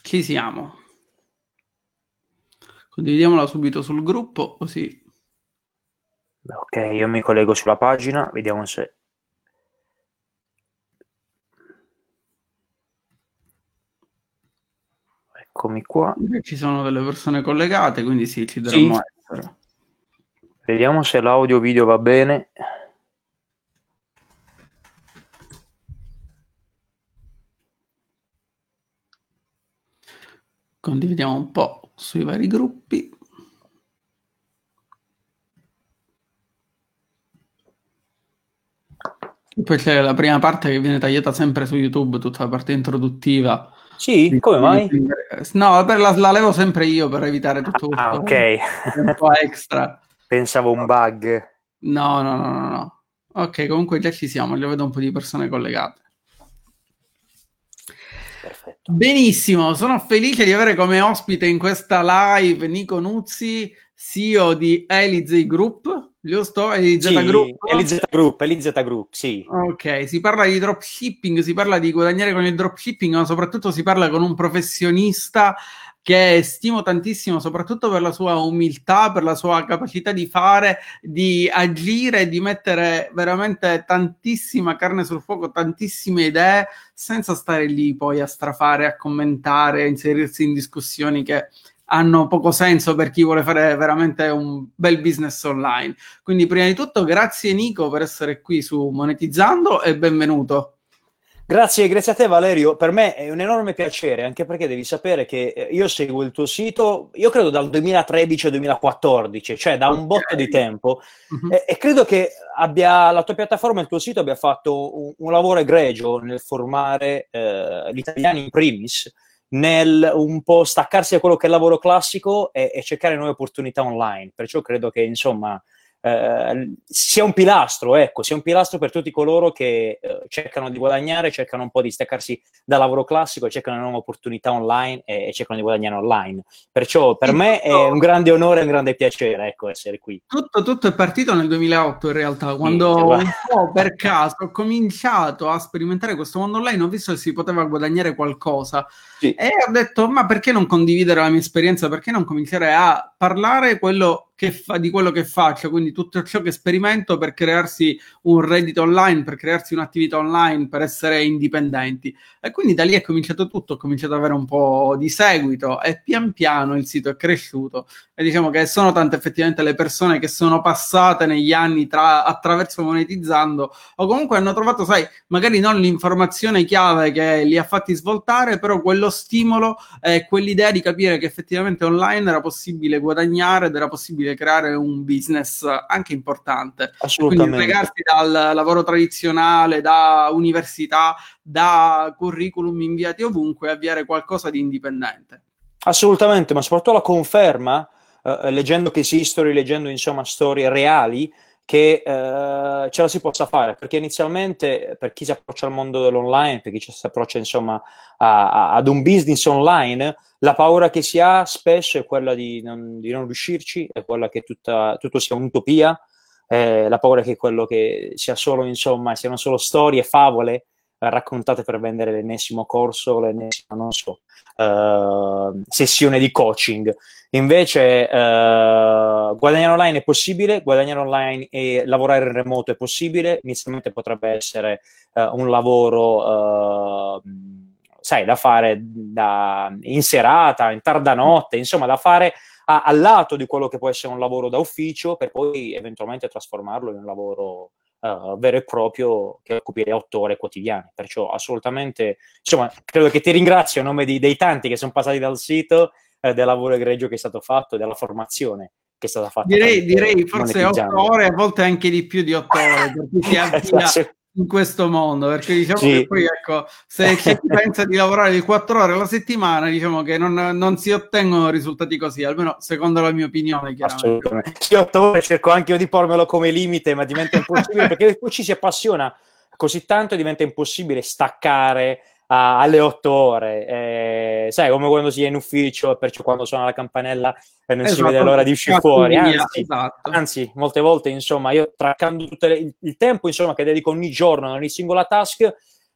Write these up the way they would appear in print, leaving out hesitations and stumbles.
Ci siamo. Condividiamola subito sul gruppo, così. Ok, io mi collego sulla pagina, vediamo se... Eccomi qua. Ci sono delle persone collegate, quindi sì, ci Sì, dovremmo essere. vediamo se l'audio video va bene. Condividiamo un po' sui vari gruppi. E poi c'è la prima parte che viene tagliata sempre su YouTube, tutta la parte introduttiva. Sì, come mai? No, la levo sempre io per evitare tutto Ah, questo ok. tempo extra. Pensavo un bug. No, no, no, no, no. Ok, comunque già ci siamo, io vedo un po' di persone collegate. Perfetto. Benissimo, sono felice di avere come ospite in questa live Nico Nuzzi, CEO di Elize Group, giusto? Elize Group. Sì, LZ Group, sì. Ok, si parla di dropshipping, si parla di guadagnare con il dropshipping, ma soprattutto si parla con un professionista che stimo tantissimo, soprattutto per la sua umiltà, per la sua capacità di fare, di agire, di mettere veramente tantissima carne sul fuoco, tantissime idee, senza stare lì poi a strafare, a commentare, a inserirsi in discussioni che hanno poco senso per chi vuole fare veramente un bel business online. Quindi prima di tutto grazie Nico per essere qui su Monetizzando e benvenuto. Grazie a te Valerio, per me è un enorme piacere, anche perché devi sapere che io seguo il tuo sito, io credo dal 2013 al 2014, cioè da un Ok. botto di tempo, Mhm. e credo che la tua piattaforma, il tuo sito abbia fatto un lavoro egregio nel formare gli italiani in primis, nel un po' staccarsi da quello che è il lavoro classico e cercare nuove opportunità online. Perciò credo che, insomma, sia un pilastro, ecco, sia un pilastro per tutti coloro che cercano di guadagnare, cercano un po' di staccarsi dal lavoro classico, cercano nuove opportunità online e cercano di guadagnare online. Perciò per Sì, me è un grande onore e un grande piacere, ecco, essere qui. tutto è partito nel 2008 in realtà, Minchia, quando guarda. un po' per caso ho cominciato a sperimentare questo mondo online, ho visto che si poteva guadagnare qualcosa Sì. e ho detto, ma perché non condividere la mia esperienza? Perché non cominciare a parlare di quello che faccio, quindi tutto ciò che sperimento per crearsi un reddito online, per crearsi un'attività online, per essere indipendenti. E quindi da lì è cominciato tutto, ho cominciato ad avere un po' di seguito e pian piano il sito è cresciuto. E diciamo che sono tante effettivamente le persone che sono passate negli anni attraverso Monetizzando o comunque hanno trovato, sai, magari non l'informazione chiave che li ha fatti svoltare, però quello stimolo e quell'idea di capire che effettivamente online era possibile guadagnare ed era possibile creare un business anche importante. E quindi Assolutamente. slegarsi dal lavoro tradizionale, da università, da curriculum inviati ovunque e avviare qualcosa di indipendente. Assolutamente, ma soprattutto la conferma, leggendo case history, leggendo insomma storie reali, che ce la si possa fare, perché inizialmente per chi si approccia al mondo dell'online, per chi ci si approccia insomma ad un business online, la paura che si ha spesso è quella di non riuscirci, è quella che tutto sia un'utopia, la paura che quello che sia solo insomma, siano solo storie, favole raccontate per vendere l'ennesimo corso, l'ennesima, non so, sessione di coaching. Invece guadagnare online è possibile, guadagnare online e lavorare in remoto è possibile. Inizialmente potrebbe essere un lavoro, sai, da fare in serata, in tarda notte, insomma, da fare al lato di quello che può essere un lavoro da ufficio, per poi eventualmente trasformarlo in un lavoro vero e proprio che occupi le 8 ore quotidiane. Perciò assolutamente, insomma, credo che ti ringrazio a nome dei tanti che sono passati dal sito, del lavoro egregio che è stato fatto e della formazione che è stata fatta Direi tramite forse 8 Monetizzando. ore, a volte anche di più di 8 ore, per chi si avvia in questo mondo, perché diciamo che Sì. poi, ecco, se c'è chi pensa di lavorare di 4 ore alla settimana, diciamo che non si ottengono risultati così, almeno secondo la mia opinione, chiaramente. Assolutamente. Sì, 8 ore cerco anche io di pormelo come limite, ma diventa impossibile perché poi ci si appassiona così tanto e diventa impossibile staccare alle 8 ore. Sai, come quando si è in ufficio, perciò quando suona la campanella e non si vede Esatto, l'ora di uscire scatti fuori. via, Anzi, esatto. anzi, molte volte, insomma, io traccando il tempo insomma, che dedico ogni giorno a ogni singola task,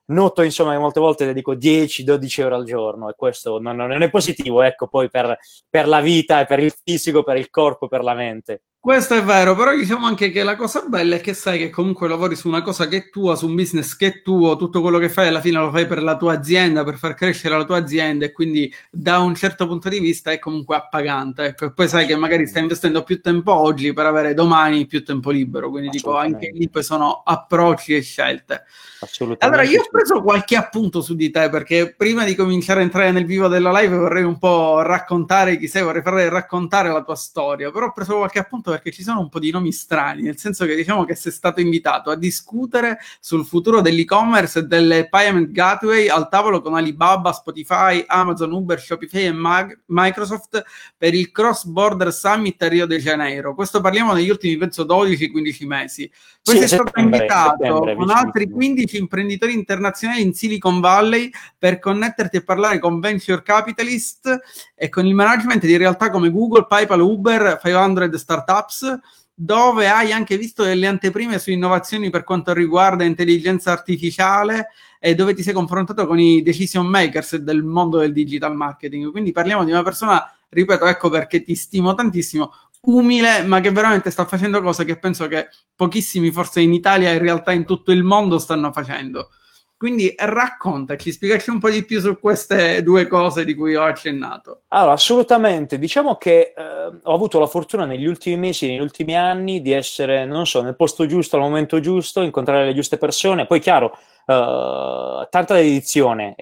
noto insomma che molte volte dedico 10-12 euro al giorno e questo non è positivo, ecco, poi per la vita e per il fisico, per il corpo, per la mente. Questo è vero, però diciamo anche che la cosa bella è che sai che comunque lavori su una cosa che è tua, su un business che è tuo, tutto quello che fai alla fine lo fai per la tua azienda, per far crescere la tua azienda e quindi da un certo punto di vista è comunque appagante, ecco. E poi sai che magari stai investendo più tempo oggi per avere domani più tempo libero, quindi dico anche lì poi sono approcci e scelte. Allora, Assolutamente io ho sì. preso qualche appunto su di te perché prima di cominciare a entrare nel vivo della live vorrei un po' raccontare chi sei, vorrei fare raccontare la tua storia, però ho preso qualche appunto perché ci sono un po' di nomi strani, nel senso che diciamo che sei stato invitato a discutere sul futuro dell'e-commerce e delle payment gateway al tavolo con Alibaba, Spotify, Amazon, Uber, Shopify e Microsoft per il Cross Border Summit a Rio de Janeiro. Questo parliamo negli ultimi, penso, 12-15 mesi. Poi Sì, sei stato invitato settembre, con altri vicinissimo. 15 imprenditori internazionali in Silicon Valley per connetterti e parlare con venture capitalist e con il management di realtà come Google, PayPal, Uber, 500 startups, dove hai anche visto delle anteprime su innovazioni per quanto riguarda intelligenza artificiale e dove ti sei confrontato con i decision makers del mondo del digital marketing. Quindi parliamo di una persona, ripeto, ecco perché ti stimo tantissimo, umile, ma che veramente sta facendo cose che penso che pochissimi, forse in Italia e in realtà in tutto il mondo, stanno facendo. Quindi raccontaci, spiegaci un po' di più su queste due cose di cui ho accennato. Allora, assolutamente. Diciamo che ho avuto la fortuna negli ultimi mesi, negli ultimi anni di essere, non so, nel posto giusto, al momento giusto, incontrare le giuste persone. Poi, chiaro, tanta dedizione,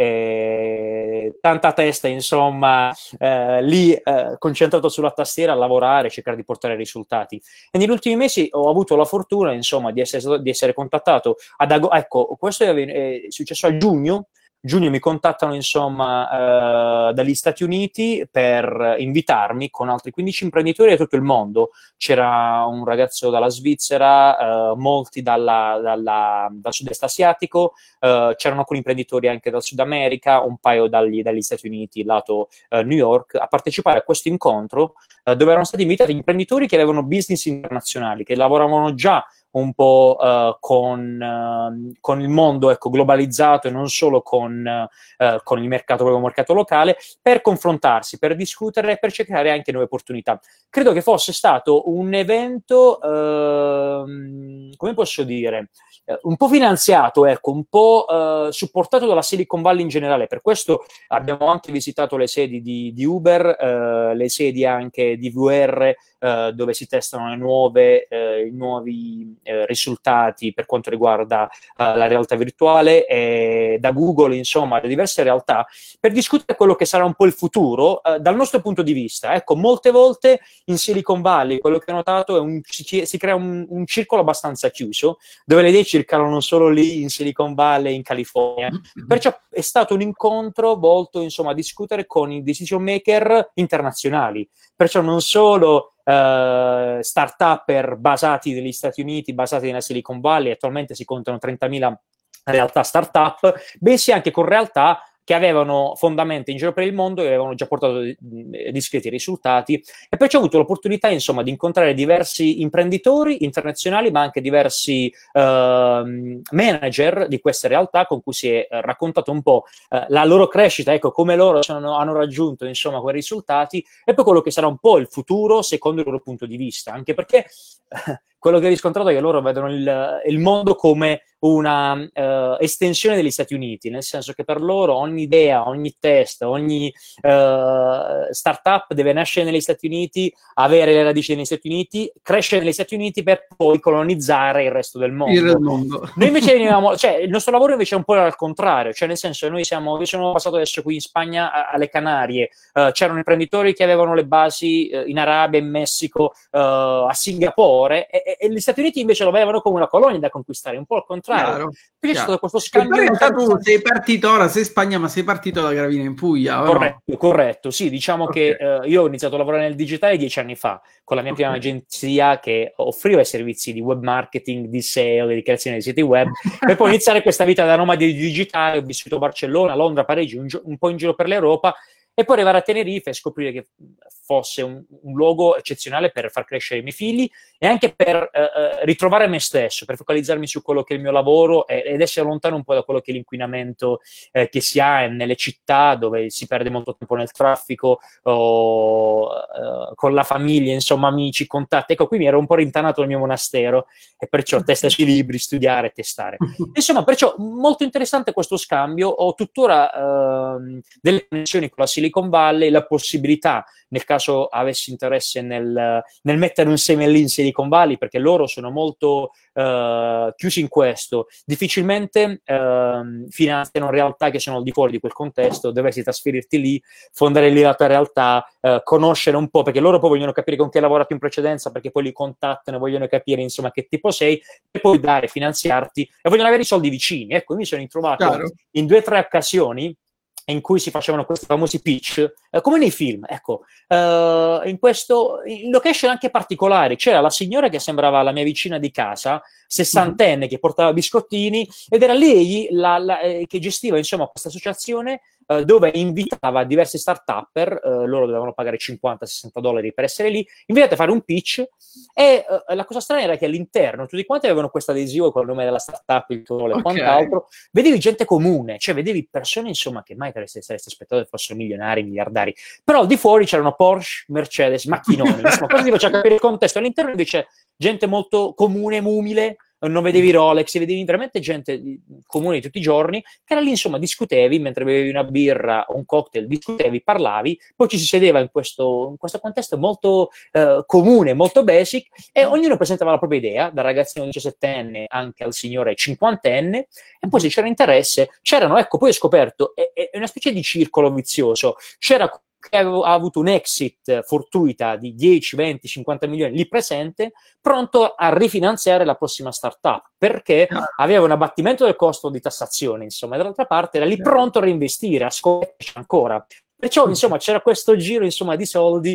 tanta testa, insomma, lì concentrato sulla tastiera a lavorare, cercare di portare risultati. E negli ultimi mesi ho avuto la fortuna, insomma, di essere contattato ecco, questo è successo a giugno. Giugno mi contattano insomma dagli Stati Uniti per invitarmi con altri 15 imprenditori da tutto il mondo. C'era un ragazzo dalla Svizzera, molti dal sud-est asiatico, c'erano alcuni imprenditori anche dal Sud America, un paio dagli Stati Uniti, lato New York, a partecipare a questo incontro dove erano stati invitati imprenditori che avevano business internazionali, che lavoravano già un po' con il mondo, ecco, globalizzato e non solo con il mercato, proprio mercato locale, per confrontarsi, per discutere, per cercare anche nuove opportunità. Credo che fosse stato un evento, come posso dire, un po' finanziato, ecco, un po' supportato dalla Silicon Valley in generale. Per questo abbiamo anche visitato le sedi di Uber, le sedi anche di VR, dove si testano i nuovi risultati per quanto riguarda la realtà virtuale, da Google, insomma, da diverse realtà, per discutere quello che sarà un po' il futuro dal nostro punto di vista. Ecco, molte volte in Silicon Valley quello che ho notato è si crea un circolo abbastanza chiuso, dove le idee circolano solo lì in Silicon Valley, in California. Perciò è stato un incontro volto, insomma, a discutere con i decision maker internazionali. Perciò non solo start-upper basati negli Stati Uniti, basati nella Silicon Valley, attualmente si contano 30.000 realtà start-up, bensì anche con realtà che avevano fondamenti in giro per il mondo e avevano già portato discreti risultati, e perciò ho avuto l'opportunità, insomma, di incontrare diversi imprenditori internazionali, ma anche diversi manager di queste realtà con cui si è raccontato un po' la loro crescita, ecco, come loro hanno raggiunto, insomma, quei risultati, e poi quello che sarà un po' il futuro secondo il loro punto di vista, anche perché quello che ho riscontrato è che loro vedono il mondo come una estensione degli Stati Uniti, nel senso che per loro ogni idea, ogni test, ogni startup deve nascere negli Stati Uniti, avere le radici negli Stati Uniti, crescere negli Stati Uniti per poi colonizzare il resto del mondo. Noi invece il nostro lavoro invece è un po' al contrario, cioè nel senso che io sono passato adesso qui in Spagna alle Canarie, c'erano imprenditori che avevano le basi in Arabia, in Messico, a Singapore, e gli Stati Uniti invece lo vedevano come una colonia da conquistare, un po' al contrario. Chiaro. Quindi c'è stato questo scambio. In realtà tu sei partito, ora sei in Spagna, ma sei partito da Gravina in Puglia, corretto, sì, diciamo che io ho iniziato a lavorare nel digitale 10 anni fa, con la mia prima agenzia che offriva i servizi di web marketing, di SEO, di creazione di siti web, per poi iniziare questa vita da nomade digitale. Ho vissuto a Barcellona, Londra, Parigi, un po' in giro per l'Europa, e poi arrivare a Tenerife e scoprire che fosse un luogo eccezionale per far crescere i miei figli e anche per ritrovare me stesso, per focalizzarmi su quello che è il mio lavoro ed essere lontano un po' da quello che è l'inquinamento che si ha nelle città, dove si perde molto tempo nel traffico o con la famiglia, insomma, amici, contatti. Ecco, qui mi ero un po' rintanato nel mio monastero e perciò testa sui libri, studiare, testare. Insomma, perciò molto interessante questo scambio. Ho tuttora delle connessioni con la Silicon Valley, la possibilità, nel caso avessi interesse nel mettere un seme lì in Silicon Valley, perché loro sono molto chiusi in questo, difficilmente finanziano realtà che sono al di fuori di quel contesto. Dovresti trasferirti lì, fondare lì la tua realtà, conoscere un po', perché loro poi vogliono capire con chi hai lavorato in precedenza, perché poi li contattano, vogliono capire insomma che tipo sei, e poi dare, finanziarti, e vogliono avere i soldi vicini. Ecco, mi sono ritrovato in 2 o 3 occasioni in cui si facevano questi famosi pitch, come nei film, ecco, in location anche particolari. C'era la signora che sembrava la mia vicina di casa, sessantenne, che portava biscottini, ed era lei che gestiva, insomma, questa associazione dove invitava diversi start-upper, loro dovevano pagare $50-60 per essere lì, invitate a fare un pitch, e la cosa strana era che all'interno tutti quanti avevano questo adesivo con il nome della startup, il titolo e quant'altro. Vedevi gente comune, cioè vedevi persone, insomma, che mai saresti aspettato che fossero milionari, miliardari, però al di fuori c'erano Porsche, Mercedes, macchinoni, insomma, cosa ti faceva capire il contesto. All'interno invece gente molto comune, umile, non vedevi Rolex, vedevi veramente gente comune di tutti i giorni, che era lì, insomma, discutevi, mentre bevevi una birra o un cocktail, discutevi, parlavi, poi ci si sedeva in questo contesto molto comune, molto basic, e ognuno presentava la propria idea, dal ragazzino 17enne anche al signore 50enne, e poi se c'era interesse, c'erano, ecco, poi ho scoperto, è una specie di circolo vizioso, c'era che ha avuto un exit fortuita di 10, 20, 50 milioni lì presente, pronto a rifinanziare la prossima startup, perché aveva un abbattimento del costo di tassazione, insomma, e dall'altra parte era lì pronto a reinvestire, a scoprirci ancora. Perciò, insomma, c'era questo giro, insomma, di soldi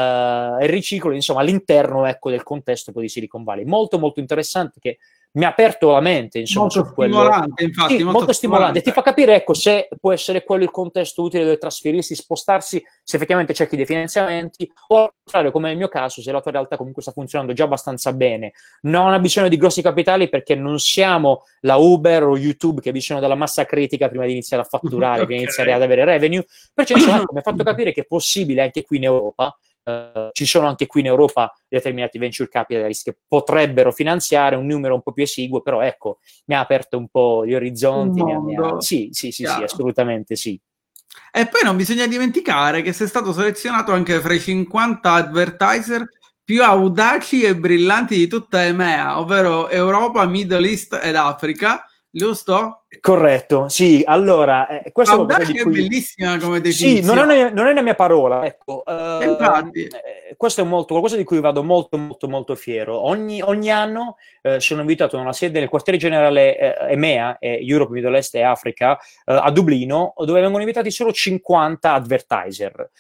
e riciclo, insomma, all'interno, ecco, del contesto di Silicon Valley. Molto, molto interessante, che mi ha aperto la mente, insomma, molto stimolante, infatti, sì, molto stimolante. Ti fa capire, ecco, se può essere quello il contesto utile dove trasferirsi, spostarsi, se effettivamente cerchi dei finanziamenti, o al contrario, come nel mio caso, se la tua realtà comunque sta funzionando già abbastanza bene, non ha bisogno di grossi capitali, perché non siamo la Uber o YouTube che ha bisogno della massa critica prima di iniziare a fatturare, prima di iniziare ad avere revenue. Perciò, insomma, mi ha fatto capire che è possibile anche qui in Europa. Ci sono anche qui in Europa determinati venture capitalist che potrebbero finanziare un numero un po' più esiguo, però ecco, mi ha aperto un po' gli orizzonti. Sì, assolutamente sì. E poi non bisogna dimenticare che sei stato selezionato anche fra i 50 advertiser più audaci e brillanti di tutta EMEA, ovvero Europa, Middle East ed Africa, giusto? Corretto, sì. Allora, questo audace è bellissima come definizione. Sì, non è la mia parola, ecco. Infatti. Questo è qualcosa di cui vado molto, molto, molto fiero. Ogni anno sono invitato in una sede nel quartiere generale EMEA, Europe, Middle East e Africa, a Dublino, dove vengono invitati solo 50 advertiser.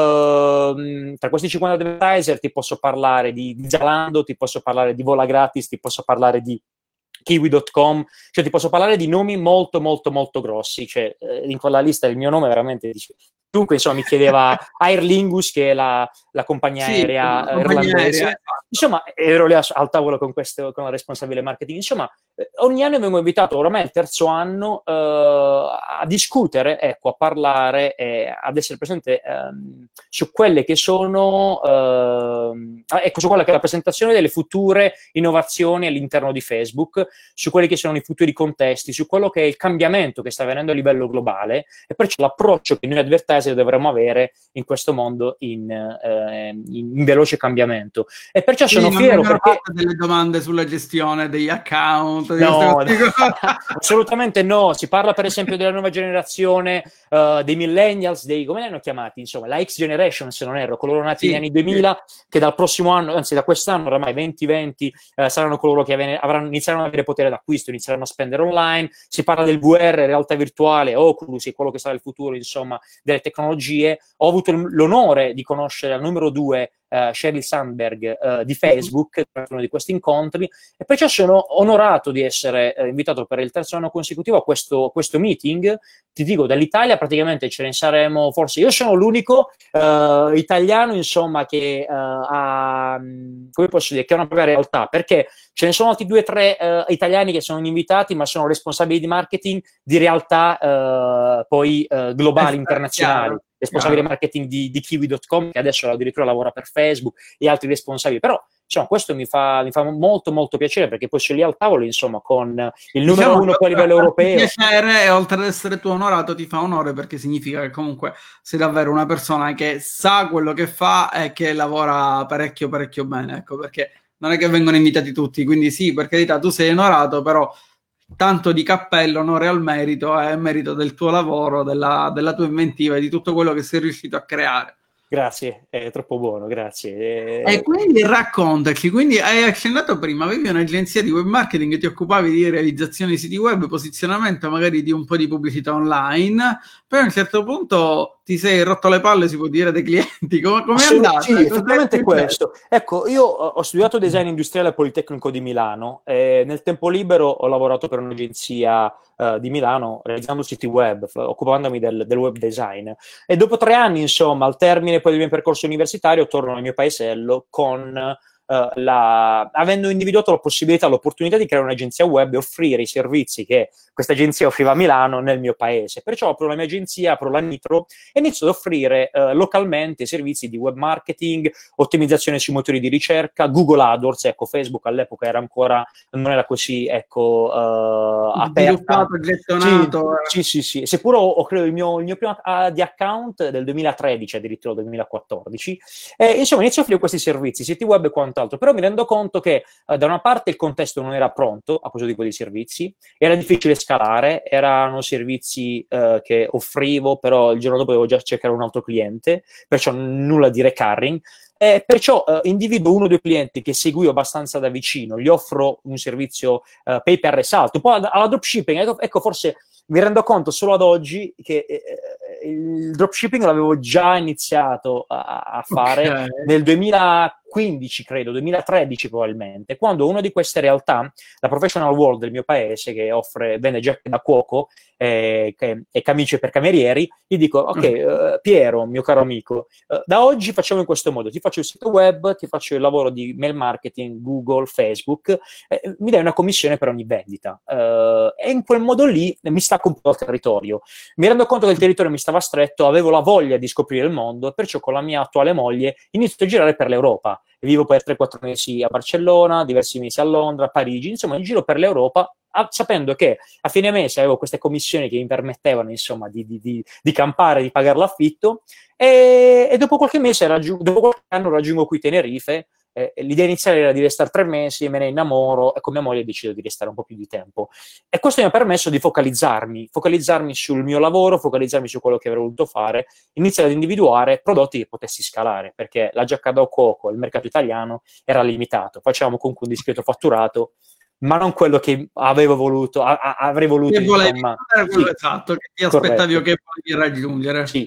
Tra questi 50 advertiser ti posso parlare di Zalando, ti posso parlare di Vola Gratis, ti posso parlare di Kiwi.com, cioè ti posso parlare di nomi molto molto molto grossi, cioè in quella lista il mio nome veramente dice. Dunque, insomma, mi chiedeva Aer Lingus, che è la compagnia aerea irlandese. Insomma, ero lì al tavolo con la responsabile marketing. Insomma, ogni anno vengo invitato, oramai il terzo anno, a discutere, ecco, a parlare, ad essere presente su quelle che sono, ecco, su quella che è la presentazione delle future innovazioni all'interno di Facebook, su quelli che sono i futuri contesti, su quello che è il cambiamento che sta avvenendo a livello globale, e perciò l'approccio che noi advertiser dovremmo avere in questo mondo in veloce cambiamento. E perciò sono fiero perché delle domande sulla gestione degli account. No, assolutamente no. Si parla per esempio della nuova generazione, dei millennials, come li hanno chiamati? Insomma, la X Generation, se non erro, coloro nati negli anni 2000, che dal prossimo anno, anzi da quest'anno, oramai 2020, saranno coloro che inizieranno ad avere potere d'acquisto, inizieranno a spendere online. Si parla del VR, realtà virtuale, Oculus, è quello che sarà il futuro, insomma, delle tecnologie. Ho avuto l'onore di conoscere al numero 2 Sheryl Sandberg di Facebook, uno di questi incontri, e perciò sono onorato di essere invitato per il terzo anno consecutivo a questo meeting. Ti dico, dall'Italia praticamente ce ne saremo, forse io sono l'unico italiano, insomma, che ha, come posso dire, che è una propria realtà, perché ce ne sono altri 2 o 3 italiani che sono invitati, ma sono responsabili di marketing di realtà poi globali, internazionali, responsabili di marketing di Kiwi.com, che adesso addirittura lavora per Facebook, e altri responsabili. Però insomma, questo mi fa molto molto piacere, perché poi sei lì al tavolo, insomma, con il numero uno poi a livello europeo. Piacere, e oltre ad essere tuo onorato ti fa onore, perché significa che comunque sei davvero una persona che sa quello che fa e che lavora parecchio parecchio bene, ecco, perché non è che vengono invitati tutti, quindi sì, per carità, tu sei onorato, però tanto di cappello, onore al merito, è merito del tuo lavoro, della tua inventiva e di tutto quello che sei riuscito a creare. Grazie, è troppo buono, grazie. E quindi raccontaci, quindi hai accennato prima, avevi un'agenzia di web marketing, ti occupavi di realizzazione di siti web, posizionamento magari di un po' di pubblicità online, poi a un certo punto ti sei rotto le palle, si può dire, dei clienti. Come è andata? Sì, effettivamente è questo. Ecco, io ho studiato design industriale al Politecnico di Milano e nel tempo libero ho lavorato per un'agenzia di Milano realizzando siti web, occupandomi del web design. E dopo 3 anni, insomma, al termine poi del mio percorso universitario, torno nel mio paesello con avendo individuato la possibilità, l'opportunità di creare un'agenzia web e offrire i servizi che questa agenzia offriva a Milano nel mio paese. Perciò apro la mia agenzia, apro la Nitro, e inizio ad offrire localmente servizi di web marketing, ottimizzazione sui motori di ricerca, Google AdWords. Ecco, Facebook all'epoca era ancora, non era così, ecco, aperta. Gettonato. Sì. Seppur ho creato il mio primo di account del 2013, addirittura 2014. Insomma, inizio a offrire questi servizi, siti web e quant'altro, però mi rendo conto che da una parte il contesto non era pronto a questo tipo di servizi, era difficile scalare, erano servizi che offrivo, però il giorno dopo dovevo già cercare un altro cliente, perciò nulla di recurring. Perciò individuo 1 o 2 clienti che seguivo abbastanza da vicino, gli offro un servizio pay per resalto, poi alla dropshipping, ecco, forse mi rendo conto solo ad oggi che il dropshipping l'avevo già iniziato a fare nel 2015, credo, 2013 probabilmente, quando una di queste realtà, la Professional World del mio paese, che vende giacche da cuoco e camicie per camerieri, gli dico, ok, Piero, mio caro amico, da oggi facciamo in questo modo, ti faccio il sito web, ti faccio il lavoro di mail marketing, Google, Facebook, mi dai una commissione per ogni vendita, e in quel modo lì mi stacco un po' dal territorio. Mi rendo conto che il territorio mi stava stretto, avevo la voglia di scoprire il mondo, e perciò con la mia attuale moglie inizio a girare per l'Europa. Vivo per 3-4 mesi a Barcellona, diversi mesi a Londra, a Parigi, insomma, in giro per l'Europa, sapendo che a fine mese avevo queste commissioni che mi permettevano, insomma, di campare, di pagare l'affitto, e dopo qualche mese, dopo qualche anno raggiungo qui Tenerife. L'idea iniziale era di restare 3 mesi, me ne innamoro e con mia moglie decido di restare un po' più di tempo. E questo mi ha permesso di focalizzarmi sul mio lavoro, focalizzarmi su quello che avrei voluto fare, iniziare ad individuare prodotti che potessi scalare, perché la giacca da cuoco, il mercato italiano era limitato. Facevamo comunque un discreto fatturato, ma non quello che avevo voluto, avrei voluto, che volevi insomma. quello esatto, che ti aspettavi o che volevi raggiungere. Sì.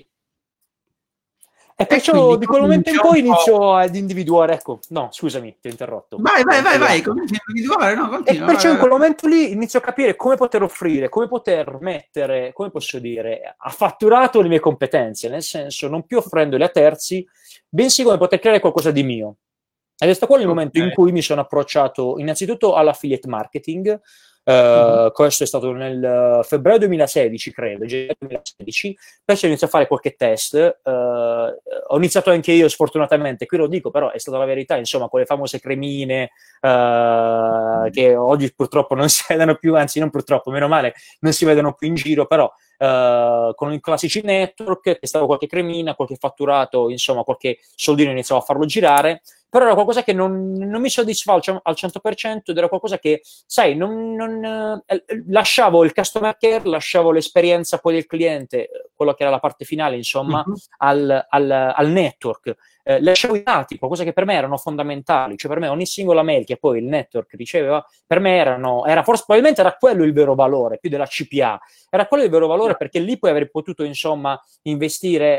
E perciò di quel momento in poi inizio ad individuare, ecco, no, scusami, ti ho interrotto. Vai, cominci a individuare, no, continua. E perciò in quel momento lì inizio a capire come poter offrire, come poter mettere, come posso dire, a fatturato le mie competenze, nel senso non più offrendole a terzi, bensì come poter creare qualcosa di mio. Ed è stato quello il momento in cui mi sono approcciato innanzitutto all'affiliate marketing. Questo è stato nel febbraio 2016, credo, gennaio 2016. Poi inizio a fare qualche test. Ho iniziato anche io, sfortunatamente, qui lo dico, però è stata la verità, insomma, con le famose cremine che oggi purtroppo non si vedono più, anzi non purtroppo, meno male, non si vedono più in giro, però con i classici network, testavo qualche cremina, qualche fatturato, insomma, qualche soldino iniziavo a farlo girare, però era qualcosa che non mi soddisfava al 100%, ed era qualcosa che, sai, lasciavo il customer care, lasciavo l'esperienza poi del cliente quello che era la parte finale, insomma, Mhm. al network. Lasciavo i dati, qualcosa che per me erano fondamentali, cioè per me ogni singola mail che poi il network riceveva, per me era forse, probabilmente era quello il vero valore, più della CPA, era quello il vero valore, perché lì poi avrei potuto, insomma, investire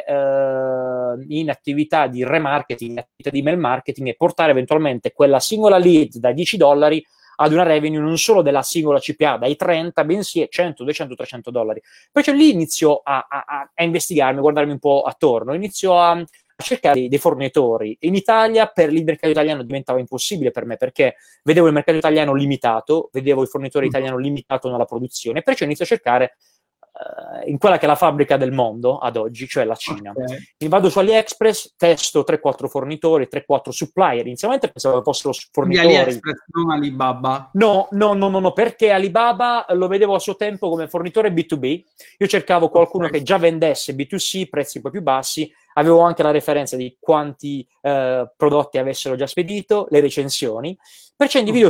in attività di remarketing, in attività di email marketing e portare eventualmente quella singola lead da $10 ad una revenue non solo della singola CPA dai 30, bensì 100, 200, $300. Perciò lì inizio a investigarmi, a guardarmi un po' attorno, inizio a cercare dei fornitori. In Italia, per il mercato italiano diventava impossibile per me, perché vedevo il mercato italiano limitato, vedevo il fornitore Mhm. italiano limitato nella produzione, perciò inizio a cercare in quella che è la fabbrica del mondo ad oggi, cioè la Cina. Ok. Mi vado su AliExpress, testo 3-4 fornitori, 3-4 supplier. Inizialmente pensavo che fossero Quindi fornitori. AliExpress, non Alibaba. No, no, no, no, no, perché Alibaba lo vedevo a suo tempo come fornitore B2B. Io cercavo qualcuno Ok. che già vendesse B2C, prezzi un po' più bassi. Avevo anche la referenza di quanti prodotti avessero già spedito, le recensioni. Perciò individuo Ok.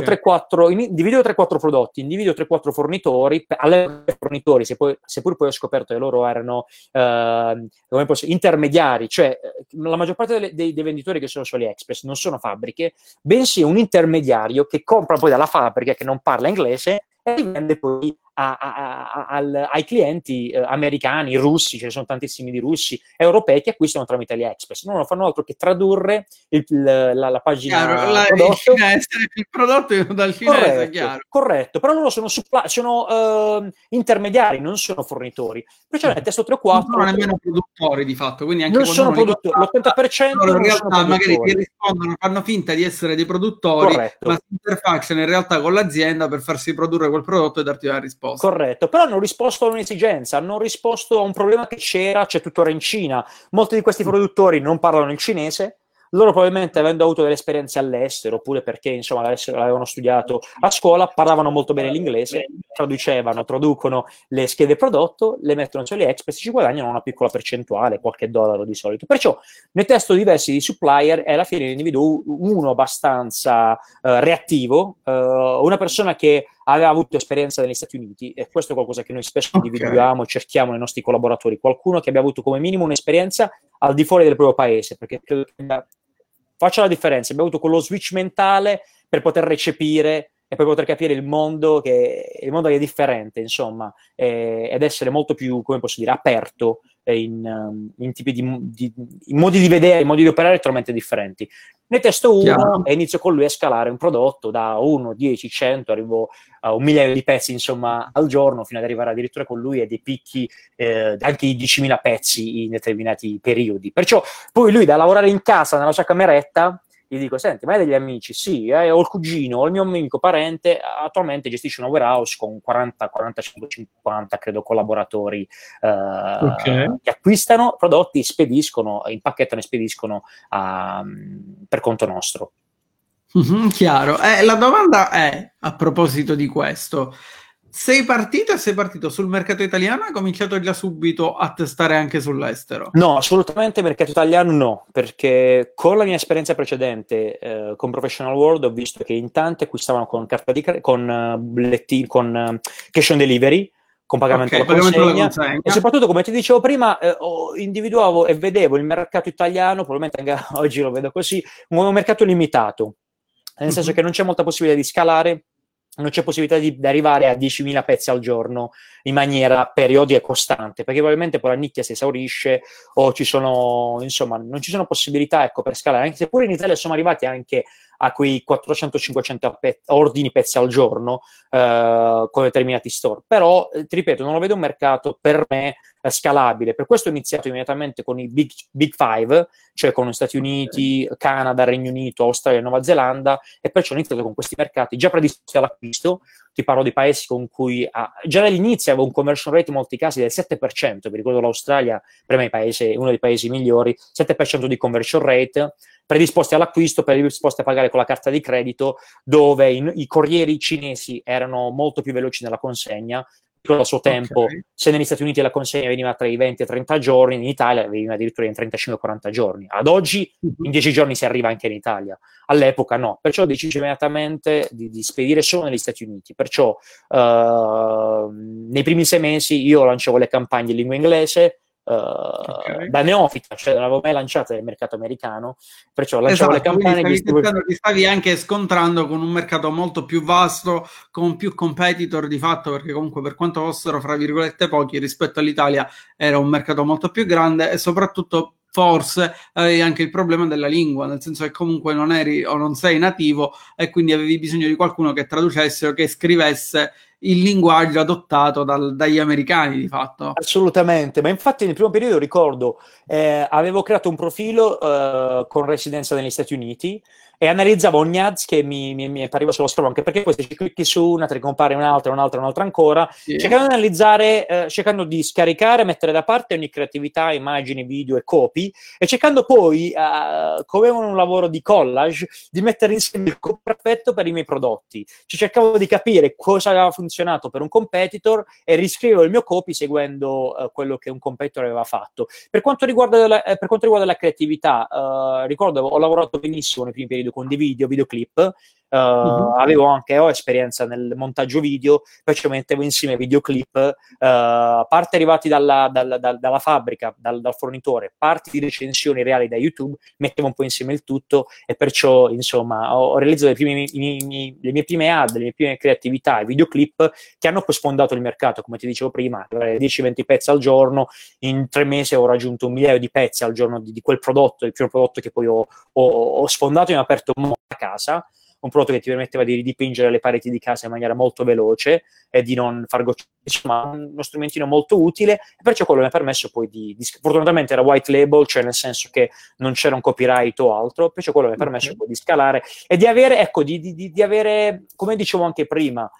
3-4 prodotti, individuo 3-4 fornitori, all'epoca fornitori, seppur poi ho scoperto che loro erano come posso, intermediari, cioè la maggior parte dei venditori che sono su AliExpress non sono fabbriche, bensì un intermediario che compra poi dalla fabbrica che non parla inglese e rivende poi ai clienti americani, russi, ce ne sono tantissimi di russi, europei che acquistano tramite AliExpress. Non fanno altro che tradurre la Chiaro, pagina il prodotto. cinese, il prodotto è dal cinese, Corretto, chiaro. corretto, però loro sono intermediari, non sono fornitori. Perciò nel testo 3 o Non sono 4 nemmeno produttori di fatto, quindi anche non quando sono uno li produttori, contatta, l'80% loro in non sono realtà magari ti produttori. rispondono, fanno finta di essere dei produttori, ma Corretto. si interfacciano in realtà con l'azienda per farsi produrre quel prodotto e darti una risposta. Corretto, però hanno risposto a un'esigenza, hanno risposto a un problema che c'è tuttora in Cina. Molti di questi produttori non parlano il cinese, loro probabilmente avendo avuto delle esperienze all'estero, oppure perché insomma l'avevano studiato a scuola, parlavano molto bene l'inglese, traducono le schede prodotto, le mettono su AliExpress e ci guadagnano una piccola percentuale, qualche dollaro di solito. Perciò ne testo diversi di supplier e alla fine ne individuo uno abbastanza reattivo, una persona che aveva avuto esperienza negli Stati Uniti e questo è qualcosa che noi spesso Ok. individuiamo e cerchiamo nei nostri collaboratori, qualcuno che abbia avuto come minimo un'esperienza al di fuori del proprio paese, perché credo che faccia la differenza, abbiamo avuto quello switch mentale per poter recepire e per poter capire il mondo che è differente, insomma, ed essere molto più, come posso dire, aperto in tipi in modi di vedere, in modi di operare totalmente differenti. Ne testo uno Chiaro. e inizio con lui a scalare un prodotto da 1, 10, 100, arrivo a 1 migliaio di pezzi, insomma, al giorno, fino ad arrivare addirittura con lui a dei picchi anche di 10.000 pezzi in determinati periodi. Perciò poi lui da lavorare in casa, nella sua cameretta, gli dico, senti, ma hai degli amici? Sì, ho il cugino, ho il mio amico parente, attualmente gestisce una warehouse con 40, 45, 50, credo, collaboratori Ok. che acquistano prodotti, spediscono, impacchettano e spediscono per conto nostro. Mhm, chiaro. La domanda è, a proposito di questo, sei partito sul mercato italiano o hai cominciato già subito a testare anche sull'estero? No, assolutamente mercato italiano no, perché con la mia esperienza precedente con Professional World ho visto che in tanti acquistavano con carta con con cash on delivery, con pagamento alla Ok, pagamento alla consegna e consegna. soprattutto, come ti dicevo prima, individuavo e vedevo il mercato italiano, probabilmente anche oggi lo vedo così, un mercato limitato, nel senso che Mhm. non c'è molta possibilità di scalare, non c'è possibilità di arrivare a 10.000 pezzi al giorno in maniera periodica e costante, perché probabilmente poi la nicchia si esaurisce o ci sono, insomma, non ci sono possibilità, ecco, per scalare, anche se pure in Italia siamo arrivati anche a quei 400-500 ordini pezzi al giorno con determinati store, però ti ripeto, non lo vedo un mercato per me scalabile, per questo ho iniziato immediatamente con i Big Five, cioè con gli Stati Ok. Uniti, Canada, Regno Unito, Australia e Nuova Zelanda, e perciò ho iniziato con questi mercati già predisposti all'acquisto. Ti parlo di paesi con cui già dall'inizio avevo un conversion rate in molti casi del 7%, vi ricordo l'Australia per me è uno dei paesi migliori, 7% di conversion rate, predisposti all'acquisto, predisposti a pagare con la carta di credito, dove i corrieri cinesi erano molto più veloci nella consegna. Al suo Ok. tempo, se negli Stati Uniti la consegna veniva tra i 20 e i 30 giorni, in Italia veniva addirittura in 35-40 giorni. Ad oggi Mhm. in 10 giorni si arriva anche in Italia. All'epoca no, perciò ho deciso immediatamente di spedire solo negli Stati Uniti. Perciò nei primi 6 mesi io lanciavo le campagne in lingua inglese, Ok. da neofita, cioè non avevo mai lanciata nel mercato americano, perciò lanciavo le Esatto, quindi campagne di ti stavi anche scontrando con un mercato molto più vasto, con più competitor di fatto, perché comunque per quanto fossero, fra virgolette, pochi rispetto all'Italia, era un mercato molto più grande e soprattutto forse avevi anche il problema della lingua, nel senso che comunque non eri o non sei nativo e quindi avevi bisogno di qualcuno che traducesse o che scrivesse il linguaggio adottato dagli americani di fatto. Assolutamente, ma infatti nel primo periodo ricordo, avevo creato un profilo con residenza negli Stati Uniti e analizzavo ogni ads che mi appariva sullo schermo, anche perché poi se ci clicchi su una te ne compare un'altra, un'altra, un'altra ancora, Sì. cercando di analizzare, cercando di scaricare, mettere da parte ogni creatività, immagini, video e copy, e cercando poi, come un lavoro di collage, di mettere insieme il perfetto per i miei prodotti. Cercavo di capire cosa aveva funzionato per un competitor e riscrivevo il mio copy seguendo quello che un competitor aveva fatto. Per quanto riguarda la creatività, ricordo ho lavorato benissimo nei primi periodi con dei videoclip. Mhm. Ho esperienza nel montaggio video, poi ci mettevo insieme videoclip, parte arrivati dalla fabbrica, dal fornitore, parti di recensioni reali da YouTube, mettevo un po' insieme il tutto e perciò insomma ho realizzato le mie prime ad, le mie prime creatività e videoclip che hanno poi sfondato il mercato, come ti dicevo prima, 10-20 pezzi al giorno, in 3 mesi ho raggiunto 1 migliaio di pezzi al giorno di quel prodotto, il primo prodotto che poi ho sfondato e mi ha aperto un mondo a casa, un prodotto che ti permetteva di ridipingere le pareti di casa in maniera molto veloce e di non far gocciare, insomma, uno strumentino molto utile, e perciò quello mi ha permesso poi fortunatamente era white label, cioè nel senso che non c'era un copyright o altro, perciò quello mi ha permesso Ok. poi di scalare e di avere, ecco, di avere, come dicevo anche prima,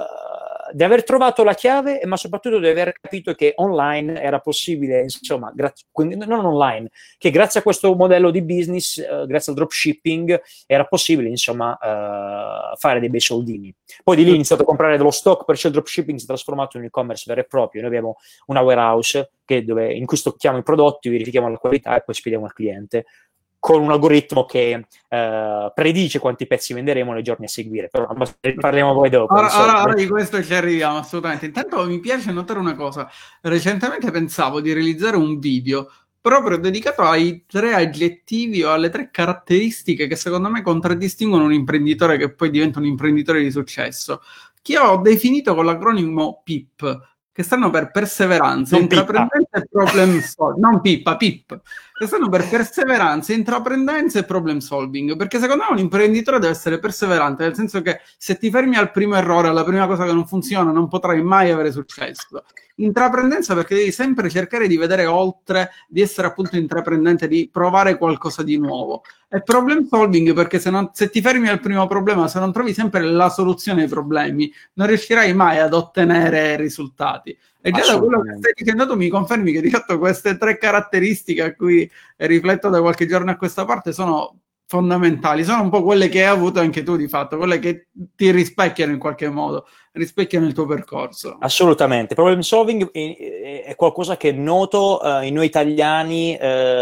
di aver trovato la chiave, ma soprattutto di aver capito che online era possibile, insomma, non online, che grazie a questo modello di business, grazie al dropshipping, era possibile, insomma, fare dei bei soldini. Poi di lì ho iniziato a comprare dello stock, perciò il dropshipping si è trasformato in un e-commerce vero e proprio. Noi abbiamo una warehouse in cui stocchiamo i prodotti, verifichiamo la qualità e poi spediamo al cliente con un algoritmo che predice quanti pezzi venderemo nei giorni a seguire. Però ne parliamo poi dopo, Ora insomma. di questo ci arriviamo assolutamente. Intanto mi piace notare una cosa. Recentemente pensavo di realizzare un video proprio dedicato ai 3 aggettivi o alle 3 caratteristiche che secondo me contraddistinguono un imprenditore che poi diventa un imprenditore di successo, che ho definito con l'acronimo PIP, che stanno per perseveranza, Non picca. intraprendenza e problem solving. Non PIPA, PIP, che stanno per perseveranza, intraprendenza e problem solving. Perché secondo me un imprenditore deve essere perseverante, nel senso che se ti fermi al primo errore, alla prima cosa che non funziona, non potrai mai avere successo. Intraprendenza perché devi sempre cercare di vedere oltre, di essere appunto intraprendente, di provare qualcosa di nuovo. E problem solving perché se ti fermi al primo problema, se non trovi sempre la soluzione ai problemi, non riuscirai mai ad ottenere risultati. E già da quello che Assolutamente. stai dicendo tu mi confermi che di fatto queste 3 caratteristiche a cui rifletto da qualche giorno a questa parte sono fondamentali, sono un po' quelle che hai avuto anche tu di fatto, quelle che ti rispecchiano in qualche modo, rispecchiano il tuo percorso. Assolutamente. Problem solving è qualcosa che noto in noi italiani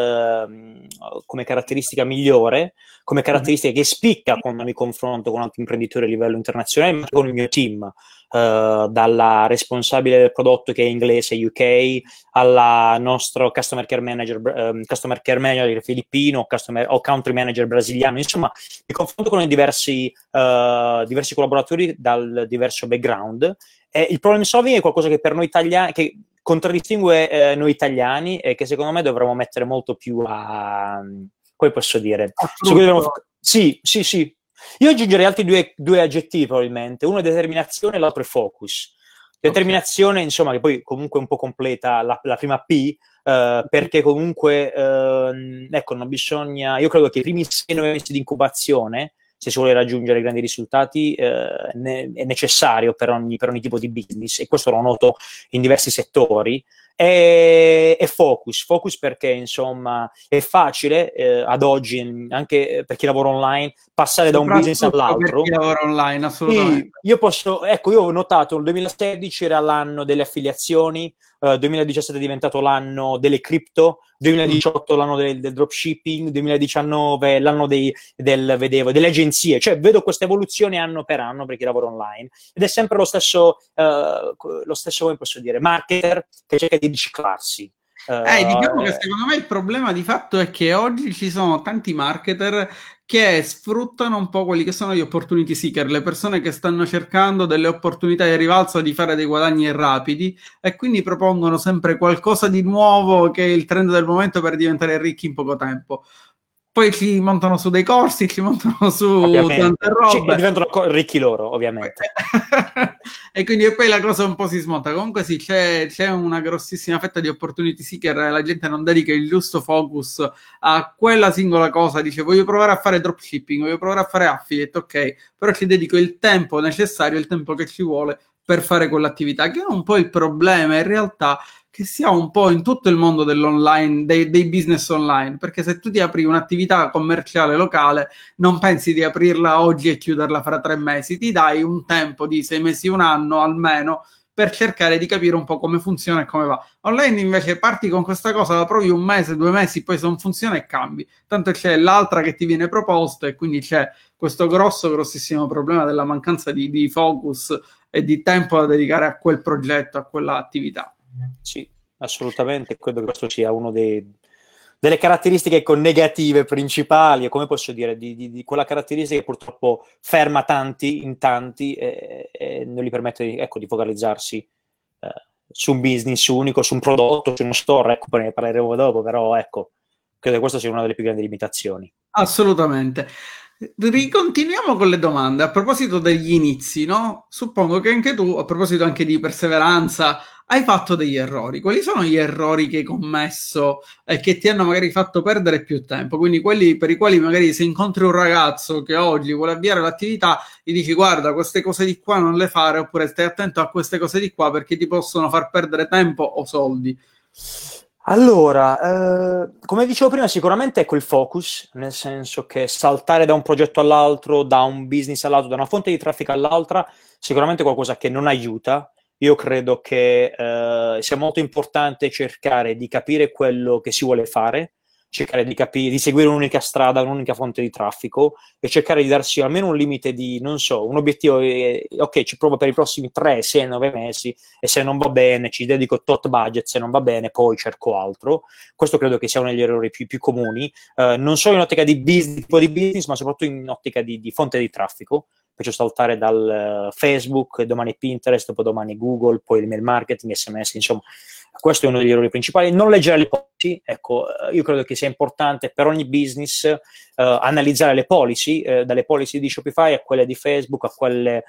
come caratteristica migliore, come caratteristica che spicca quando mi confronto con altri imprenditori a livello internazionale, ma anche con il mio team. Dalla responsabile del prodotto che è inglese UK alla nostro customer care manager filippino o country manager brasiliano, insomma mi confronto con i diversi collaboratori dal diverso background. Il problem solving è qualcosa che per noi italiani, che contraddistingue noi italiani e che secondo me dovremmo mettere molto più come posso dire, A frutto. sì, sì, sì. Io aggiungerei altri due aggettivi probabilmente, uno è determinazione e l'altro è focus. Ok. Determinazione, insomma, che poi comunque un po' completa la prima P, perché comunque, ecco, non bisogna, io credo che i primi 6-9 mesi di incubazione, se si vuole raggiungere grandi risultati, è necessario per ogni tipo di business, e questo lo noto in diversi settori. E focus perché insomma è facile ad oggi, anche per chi lavora online, passare da un business Soprattutto per chi all'altro. lavora online, assolutamente. Sì, io ho notato il 2016 era l'anno delle affiliazioni, 2017 è diventato l'anno delle cripto, 2018 l'anno del dropshipping, 2019 l'anno delle agenzie, cioè vedo questa evoluzione anno per anno per chi lavora online, ed è sempre lo stesso, come posso dire, marketer che cerca di riciclarsi. Diciamo che Eh, secondo me il problema di fatto è che oggi ci sono tanti marketer che sfruttano un po' quelli che sono gli opportunity seeker, le persone che stanno cercando delle opportunità di rivalsa di fare dei guadagni rapidi e quindi propongono sempre qualcosa di nuovo che è il trend del momento per diventare ricchi in poco tempo. Poi ci montano su dei corsi, ci montano su tante ovviamente. Sì, e robe. diventano ricchi loro, ovviamente. E quindi poi la cosa un po' si smonta. Comunque sì, c'è una grossissima fetta di opportunity seeker, la gente non dedica il giusto focus a quella singola cosa, dice voglio provare a fare dropshipping, voglio provare a fare affiliate, ok, però ci dedico il tempo necessario, il tempo che ci vuole per fare quell'attività, che è un po' il problema in realtà che si ha un po' in tutto il mondo dell'online, dei business online, perché se tu ti apri un'attività commerciale locale, non pensi di aprirla oggi e chiuderla fra 3 mesi, ti dai un tempo di 6 mesi, un anno almeno per cercare di capire un po' come funziona e come va. Online invece parti con questa cosa, la provi un mese, 2 mesi, poi se non funziona e cambi. Tanto c'è l'altra che ti viene proposta e quindi c'è questo grossissimo problema della mancanza di focus e di tempo da dedicare a quel progetto, a quella attività. Sì, assolutamente. Credo che questo sia uno delle caratteristiche negative principali, e come posso dire, di quella caratteristica che purtroppo ferma tanti in tanti e non gli permette ecco, di focalizzarsi su un business unico, su un prodotto, su uno store. Ecco, poi ne parleremo dopo, però ecco, credo che questa sia una delle più grandi limitazioni. Assolutamente. Ricontinuiamo con le domande. A proposito degli inizi, no? Suppongo che anche tu, a proposito anche di perseveranza, hai fatto degli errori. Quali sono gli errori che hai commesso e che ti hanno magari fatto perdere più tempo? Quindi quelli per i quali magari se incontri un ragazzo che oggi vuole avviare l'attività, gli dici guarda, queste cose di qua non le fare, oppure stai attento a queste cose di qua perché ti possono far perdere tempo o soldi. Allora, come dicevo prima, sicuramente è quel focus, nel senso che saltare da un progetto all'altro, da un business all'altro, da una fonte di traffico all'altra, sicuramente è qualcosa che non aiuta. Io credo che sia molto importante cercare di capire quello che si vuole fare, cercare di capire, di seguire un'unica strada, un'unica fonte di traffico e cercare di darsi almeno un limite di, non so, un obiettivo, ok, ci provo per i prossimi 3, 6, 9 mesi e se non va bene ci dedico tot budget, se non va bene poi cerco altro. Questo credo che sia uno degli errori più comuni, non solo in ottica di business, tipo di business, ma soprattutto in ottica di fonte di traffico. Faccio saltare dal Facebook, domani Pinterest, dopo domani Google, poi l'email marketing, SMS, insomma, questo è uno degli errori principali. Non leggere le policy, ecco, io credo che sia importante per ogni business analizzare le policy, dalle policy di Shopify a quelle di Facebook, a quelle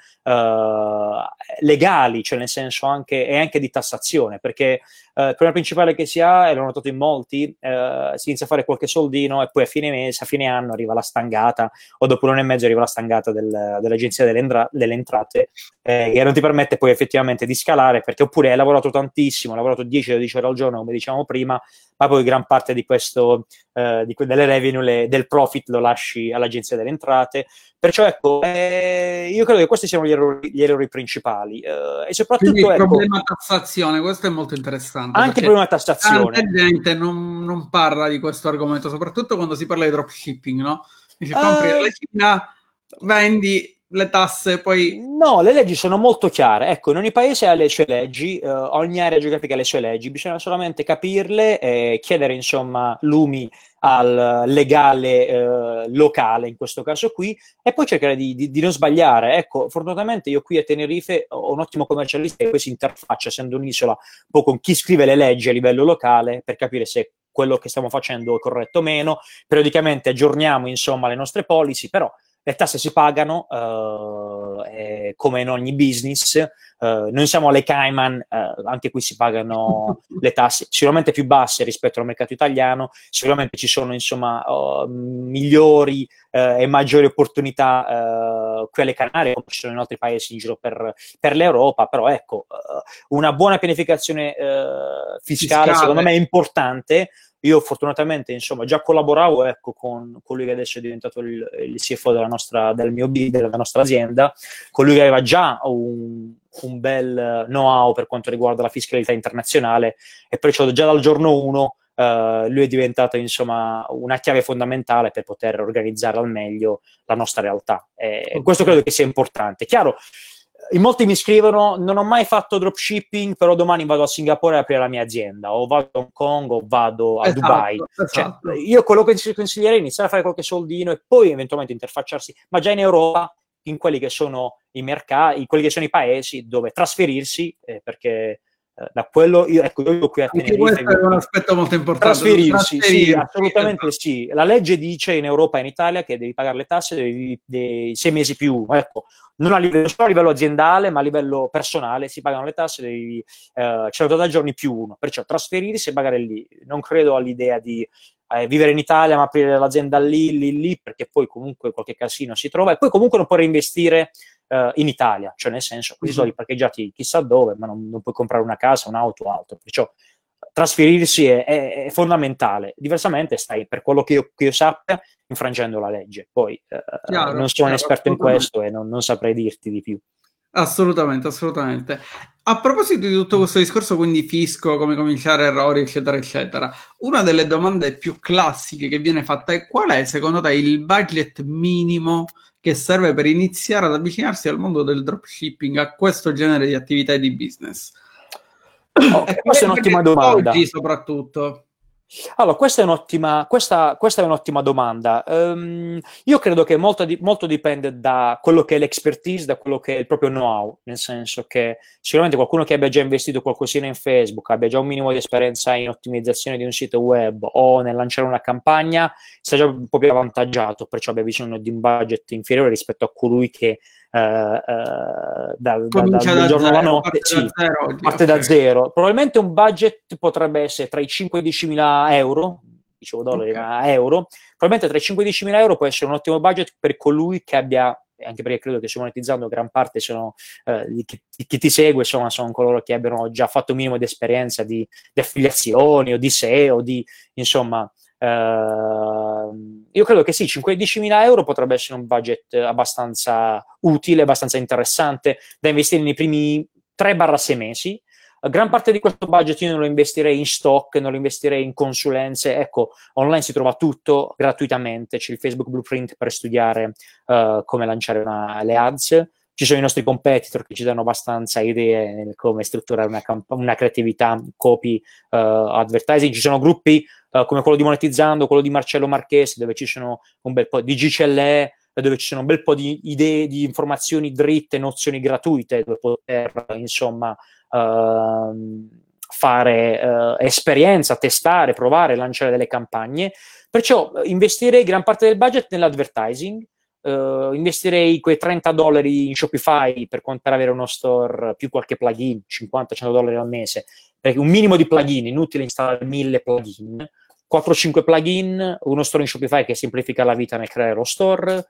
legali, cioè nel senso anche, e anche di tassazione, perché il problema principale che si ha, e l'ho notato in molti, si inizia a fare qualche soldino e poi a fine mese, a fine anno arriva la stangata, o dopo un anno e mezzo arriva la stangata dell'agenzia delle entrate, che non ti permette poi effettivamente di scalare, perché oppure hai lavorato tantissimo, hai lavorato 10-12 ore al giorno, come dicevamo prima, ma poi gran parte di questo, delle revenue, del profit lo lasci all'agenzia delle entrate. Perciò ecco, io credo che questi siano gli errori principali e Quindi soprattutto il ecco, problema tassazione, questo è molto interessante anche il perché problema tanta tassazione. gente non parla di questo argomento, soprattutto quando si parla di dropshipping, no? Dice compri Uh, dalla Cina, vendi le tasse, poi No, le leggi sono molto chiare. Ecco, in ogni paese ha le sue leggi, ogni area geografica ha le sue leggi, bisogna solamente capirle e chiedere, insomma, lumi al legale locale, in questo caso qui, e poi cercare di non sbagliare. Ecco, fortunatamente io qui a Tenerife ho un ottimo commercialista che poi si interfaccia, essendo un'isola, un po' con chi scrive le leggi a livello locale per capire se quello che stiamo facendo è corretto o meno. Periodicamente aggiorniamo, insomma, le nostre policy, però le tasse si pagano come in ogni business, non siamo alle Cayman, anche qui si pagano le tasse sicuramente più basse rispetto al mercato italiano, sicuramente ci sono insomma migliori e maggiori opportunità qui alle Canarie, come ci sono in altri paesi in giro per l'Europa, però ecco, una buona pianificazione fiscale secondo fiscale. me è importante. Io fortunatamente, insomma, già collaboravo ecco, con colui che adesso è diventato il CFO della nostra azienda, con lui che aveva già un bel know-how per quanto riguarda la fiscalità internazionale e perciò già dal giorno 1 lui è diventato insomma una chiave fondamentale per poter organizzare al meglio la nostra realtà. Questo Ok. credo che sia importante. Chiaro, in molti mi scrivono: non ho mai fatto dropshipping, però domani vado a Singapore a aprire la mia azienda, o vado a Hong Kong, o vado a Dubai. Cioè, Esatto. io quello che consiglierei è iniziare a fare qualche soldino e poi eventualmente interfacciarsi, ma già in Europa, in quelli che sono i mercati, quelli che sono i paesi dove trasferirsi, perché da quello io qui a Anche Tenerife questo è un aspetto molto importante. trasferirsi, sì, Trasferirsi, assolutamente esatto. sì. La legge dice in Europa e in Italia che devi pagare le tasse dei 6 mesi più, ecco, non solo a livello aziendale, ma a livello personale si pagano le tasse dei 180 giorni più uno, perciò trasferirsi e pagare lì. Non credo all'idea di vivere in Italia ma aprire l'azienda lì, perché poi comunque qualche casino si trova e poi comunque non puoi reinvestire in Italia, cioè nel senso, questi soldi parcheggiati chissà dove, ma non puoi comprare una casa, un'auto o altro, perciò trasferirsi è fondamentale, diversamente stai, per quello che io sappia, infrangendo la legge. Poi non Chiaro, sono un chiaro, esperto in assolutamente. questo e non saprei dirti di più. Assolutamente, assolutamente. A proposito di tutto questo discorso, quindi fisco, come cominciare errori, eccetera, eccetera, una delle domande più classiche che viene fatta è: qual è secondo te il budget minimo che serve per iniziare ad avvicinarsi al mondo del dropshipping, a questo genere di attività e di business? E Ok, qual è questa è il un'ottima budget oggi domanda. soprattutto? Allora, questa è un'ottima domanda. Io credo che molto dipende da quello che è l'expertise, da quello che è il proprio know-how, nel senso che sicuramente qualcuno che abbia già investito qualcosina in Facebook, abbia già un minimo di esperienza in ottimizzazione di un sito web o nel lanciare una campagna, sta già un po' più avvantaggiato, perciò abbia bisogno di un budget inferiore rispetto a colui che Comincia dal da giorno alla zero, notte, parte da sì, zero oggi, parte da ok. zero. Probabilmente un budget potrebbe essere tra i 5 e i 10 mila euro, dicevo dollari, Ok. ma euro. Probabilmente tra i 5 e i 10 mila euro può essere un ottimo budget per colui che abbia, anche perché credo che su monetizzando gran parte sono chi ti segue, insomma, sono coloro che abbiano già fatto un minimo di esperienza di affiliazioni o di SEO, insomma, io credo che sì, 5-10 mila euro potrebbe essere un budget abbastanza utile, abbastanza interessante da investire nei primi 3-6 mesi. Gran parte di questo budget io non lo investirei in stock, non lo investirei in consulenze. Ecco, online si trova tutto gratuitamente, c'è il Facebook Blueprint per studiare come lanciare le ads. Ci sono i nostri competitor che ci danno abbastanza idee nel come strutturare una creatività, copy, advertising. Ci sono gruppi come quello di Monetizzando, quello di Marcello Marchesi, dove ci sono un bel po' di GCLE, dove ci sono un bel po' di idee, di informazioni dritte, nozioni gratuite, dove poter, insomma, fare esperienza, testare, provare, lanciare delle campagne. Perciò investirei gran parte del budget nell'advertising, investirei quei $30 in Shopify per avere uno store più qualche plugin, 50-100 dollari al mese, perché un minimo di plugin, inutile installare 1000 plugin, 4-5 plugin, uno store in Shopify che semplifica la vita nel creare lo store,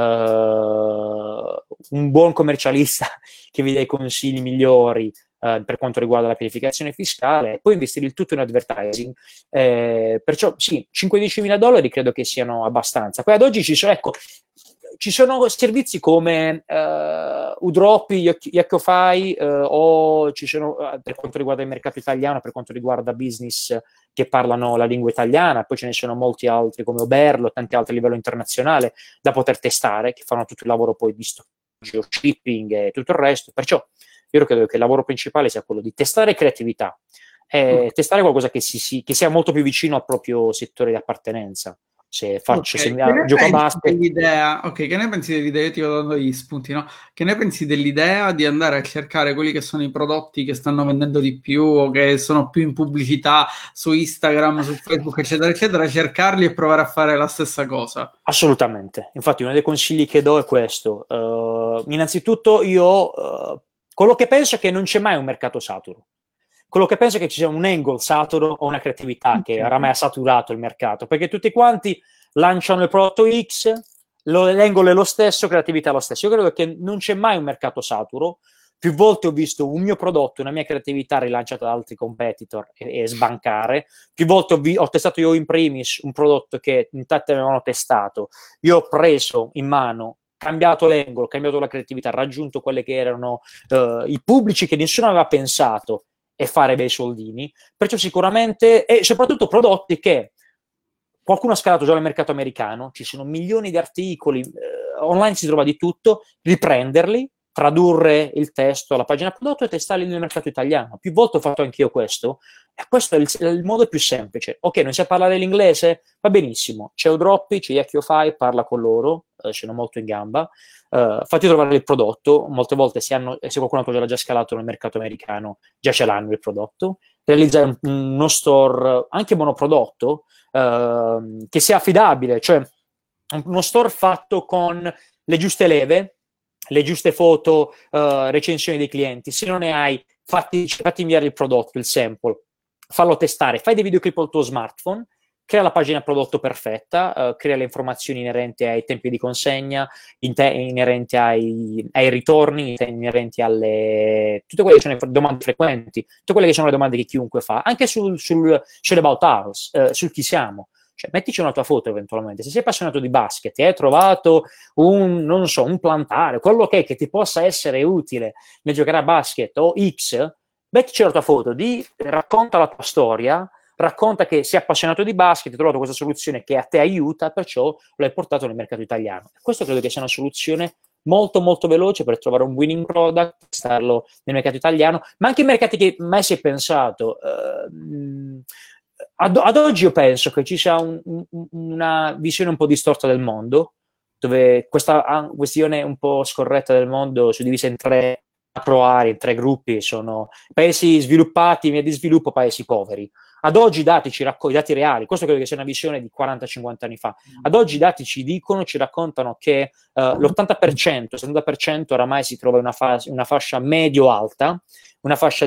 un buon commercialista che vi dà i consigli migliori per quanto riguarda la pianificazione fiscale, e poi investire il tutto in advertising. Perciò sì, 5-10 mila dollari credo che siano abbastanza. Poi ad oggi ci sono servizi come Udropi, Yakkofy, o ci sono, per quanto riguarda il mercato italiano, per quanto riguarda business che parlano la lingua italiana, poi ce ne sono molti altri come Oberlo, tanti altri a livello internazionale da poter testare, che fanno tutto il lavoro poi di stoccaggio, shipping e tutto il resto. Perciò io credo che il lavoro principale sia quello di testare creatività, Ok. testare qualcosa che sia molto più vicino al proprio settore di appartenenza. Ok, Se che ne gioco a pensi basket. dell'idea? Ok, che ne pensi dell'idea? Io ti vado dando gli spunti, no? Che ne pensi dell'idea di andare a cercare quelli che sono i prodotti che stanno vendendo di più o che sono più in pubblicità su Instagram, su Facebook, eccetera, eccetera, cercarli e provare a fare la stessa cosa? Assolutamente. Infatti, uno dei consigli che do è questo. Innanzitutto, io quello che penso è che non c'è mai un mercato saturo. Quello che penso è che ci sia un angle saturo o una creatività che Ok. oramai ha saturato il mercato, perché tutti quanti lanciano il prodotto X, l'angle è lo stesso, creatività è lo stesso. Io credo che non c'è mai un mercato saturo. Più volte ho visto un mio prodotto, una mia creatività rilanciata da altri competitor e sbancare. Più volte ho testato io in primis un prodotto che in tanti avevano testato. Io ho preso in mano, cambiato l'angolo, cambiato la creatività, raggiunto quelle che erano i pubblici che nessuno aveva pensato e fare bei soldini. Perciò sicuramente, e soprattutto prodotti che qualcuno ha scalato già nel mercato americano, ci sono milioni di articoli, online si trova di tutto, riprenderli, tradurre il testo alla pagina prodotto e testarli nel mercato italiano. Più volte ho fatto anch'io questo, e questo è il modo più semplice. Ok, non sai parlare l'inglese? Va benissimo, c'è Udroppy, c'è Yakify, parla con loro, sono molto in gamba, fatti trovare il prodotto, molte volte se qualcuno l'ha già scalato nel mercato americano, già ce l'hanno il prodotto, realizzare uno store anche monoprodotto, che sia affidabile, cioè uno store fatto con le giuste leve, le giuste foto, recensioni dei clienti. Se non ne hai, fatti inviare il prodotto, il sample, fallo testare, fai dei videoclip al tuo smartphone, crea la pagina prodotto perfetta, crea le informazioni inerenti ai tempi di consegna, inerenti ai ritorni, inerenti alle tutte quelle che sono le domande frequenti, tutte quelle che sono le domande che chiunque fa, anche sull'About Us, sul chi siamo. Cioè, mettici una tua foto eventualmente. Se sei appassionato di basket e hai trovato non so, un plantare, quello che ti possa essere utile nel giocare a basket o X, mettici la tua foto, racconta la tua storia, racconta che sei appassionato di basket, hai trovato questa soluzione che a te aiuta, perciò l'hai portato nel mercato italiano. Questo credo che sia una soluzione molto molto veloce per trovare un winning product, starlo nel mercato italiano, ma anche in mercati che mai si è pensato. Ad oggi io penso che ci sia una visione un po' distorta del mondo, dove questa visione un po' scorretta del mondo suddivisa in tre macro aree, in tre gruppi, sono paesi sviluppati, in via di sviluppo, paesi poveri. Ad oggi i dati i dati reali, questo credo che sia una visione di 40-50 anni fa, ad oggi i dati ci raccontano che l'80%, 70% oramai si trova in una fascia medio-alta, una fascia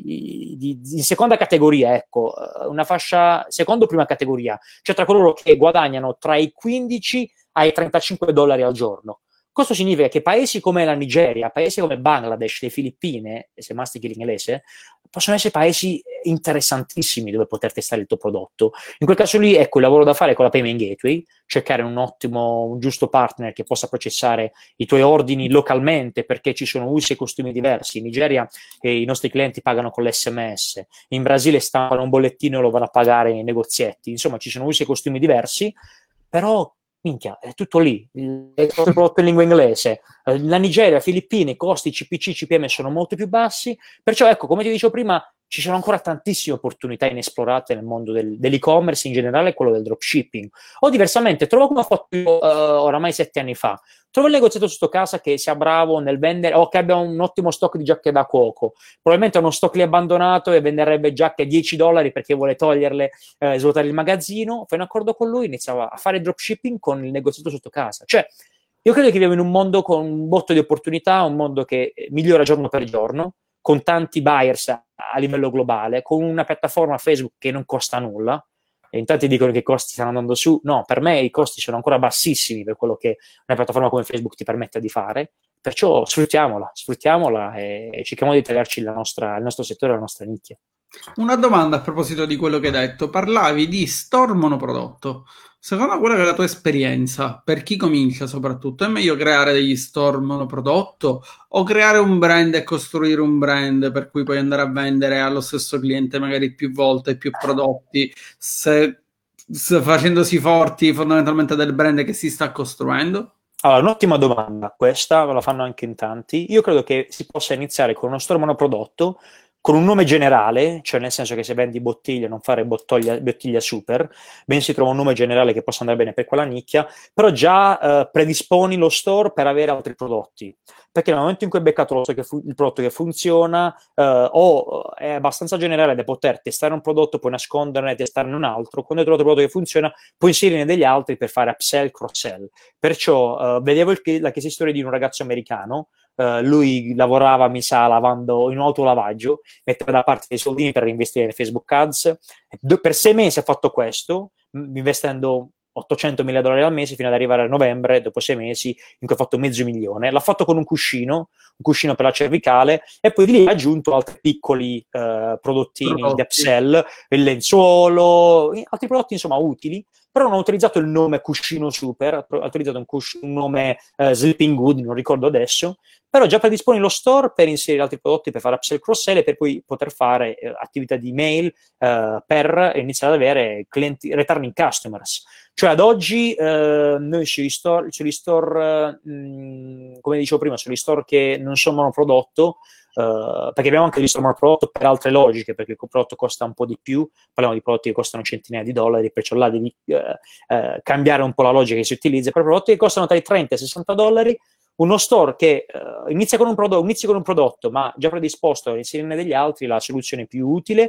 in seconda categoria, ecco, una fascia secondo-prima categoria, cioè tra coloro che guadagnano tra i 15 ai 35 dollari al giorno. Questo significa che paesi come la Nigeria, paesi come Bangladesh, le Filippine, se mastichi l'inglese, possono essere paesi interessantissimi dove poter testare il tuo prodotto. In quel caso lì, ecco, il lavoro da fare con la Payment Gateway, cercare un giusto partner che possa processare i tuoi ordini localmente, perché ci sono usi e costumi diversi. In Nigeria i nostri clienti pagano con l'SMS, in Brasile stampano un bollettino e lo vanno a pagare nei negozietti. Insomma, ci sono usi e costumi diversi, però minchia, è tutto lì, è tutto prodotto in lingua inglese. La Nigeria, Filippine, i costi CPC, CPM sono molto più bassi, perciò ecco, come ti dicevo prima, ci sono ancora tantissime opportunità inesplorate nel mondo dell'e-commerce in generale e quello del dropshipping. O diversamente, trovo come ho fatto io oramai 7 anni fa, trovo il negozietto sotto casa che sia bravo nel vendere o che abbia un ottimo stock di giacche da cuoco, probabilmente ha uno stock lì abbandonato e venderebbe giacche a 10 dollari perché vuole toglierle, svuotare il magazzino, fai un accordo con lui, iniziava a fare dropshipping con il negozietto sotto casa. Cioè, io credo che viviamo in un mondo con un botto di opportunità, un mondo che migliora giorno per giorno, con tanti buyers a livello globale, con una piattaforma Facebook che non costa nulla, e in tanti dicono che i costi stanno andando su. No, per me i costi sono ancora bassissimi per quello che una piattaforma come Facebook ti permette di fare, perciò sfruttiamola e cerchiamo di tagliarci il nostro settore, la nostra nicchia. Una domanda a proposito di quello che hai detto. Parlavi di store monoprodotto. Secondo quella che è la tua esperienza, per chi comincia soprattutto, è meglio creare degli store monoprodotto o creare un brand e costruire un brand per cui puoi andare a vendere allo stesso cliente magari più volte, più prodotti, facendosi forti fondamentalmente del brand che si sta costruendo? Allora, un'ottima domanda, questa me la fanno anche in tanti. Io credo che si possa iniziare con uno store monoprodotto, con un nome generale, cioè nel senso che se vendi bottiglie non fare bottiglia super, ben si trova un nome generale che possa andare bene per quella nicchia, però già predisponi lo store per avere altri prodotti, perché nel momento in cui hai beccato il prodotto che funziona, o è abbastanza generale da poter testare un prodotto, poi nasconderne e testarne un altro, quando hai trovato il prodotto che funziona, puoi inserirne degli altri per fare upsell, cross-sell. Perciò vedevo la case story di un ragazzo americano. Lui lavorava, mi sa, lavando in un autolavaggio, metteva da parte dei soldini per reinvestire in Facebook Ads. Per 6 mesi ha fatto questo, investendo $800.000 al mese fino ad arrivare a novembre, dopo 6 mesi, in cui ha fatto $500.000. L'ha fatto con un cuscino per la cervicale, e poi di lì ha aggiunto altri piccoli prodottini di upsell, il lenzuolo, altri prodotti insomma utili, però non ha utilizzato il nome cuscino super, ha utilizzato un nome sleeping good, non ricordo adesso, però già predisponi lo store per inserire altri prodotti, per fare upsell, cross-sell, e per poi poter fare attività di mail per iniziare ad avere clienti, returning customers. Cioè ad oggi noi sugli store, come dicevo prima, sugli store che non sono monoprodotto, perché abbiamo anche visto il monoprodotto per altre logiche, perché il prodotto costa un po' di più, parliamo di prodotti che costano centinaia di dollari, perciò là devi cambiare un po' la logica che si utilizza. Per prodotti che costano tra i 30 e i 60 dollari, uno store che inizia con un prodotto, ma già predisposto a inserirne degli altri, la soluzione più utile.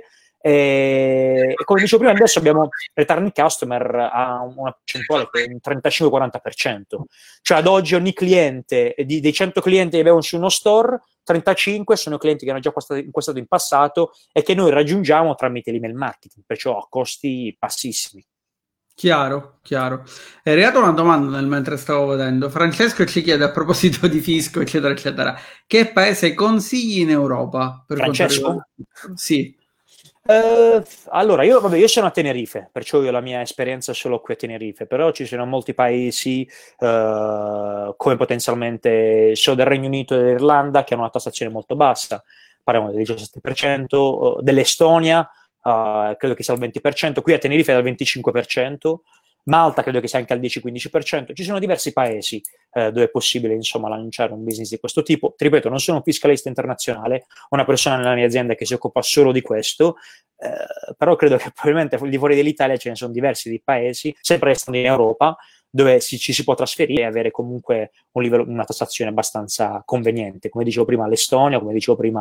E come dicevo prima, adesso abbiamo returning customer a una percentuale che è un 35-40%. Cioè ad oggi ogni cliente, dei 100 clienti che abbiamo su uno store, 35 sono clienti che hanno già acquistato in passato e che noi raggiungiamo tramite l'email marketing, perciò a costi bassissimi. Chiaro, chiaro. È arrivata una domanda mentre stavo vedendo. Francesco ci chiede a proposito di fisco, eccetera, eccetera, che paese consigli in Europa per quanto Francesco? riguarda... Sì. Allora, io sono a Tenerife, perciò io ho la mia esperienza solo qui a Tenerife, però ci sono molti paesi come potenzialmente so del Regno Unito e dell'Irlanda che hanno una tassazione molto bassa, parliamo del 17%, dell'Estonia, credo che sia al 20%, qui a Tenerife è al 25%, Malta credo che sia anche al 10-15%, ci sono diversi paesi dove è possibile insomma lanciare un business di questo tipo. Ti ripeto, non sono un fiscalista internazionale, ho una persona nella mia azienda che si occupa solo di questo, però credo che probabilmente al di fuori dell'Italia ce ne sono diversi di paesi, sempre restando in Europa, dove ci si può trasferire e avere comunque un livello, una tassazione abbastanza conveniente. Come dicevo prima, l'Estonia, come dicevo prima,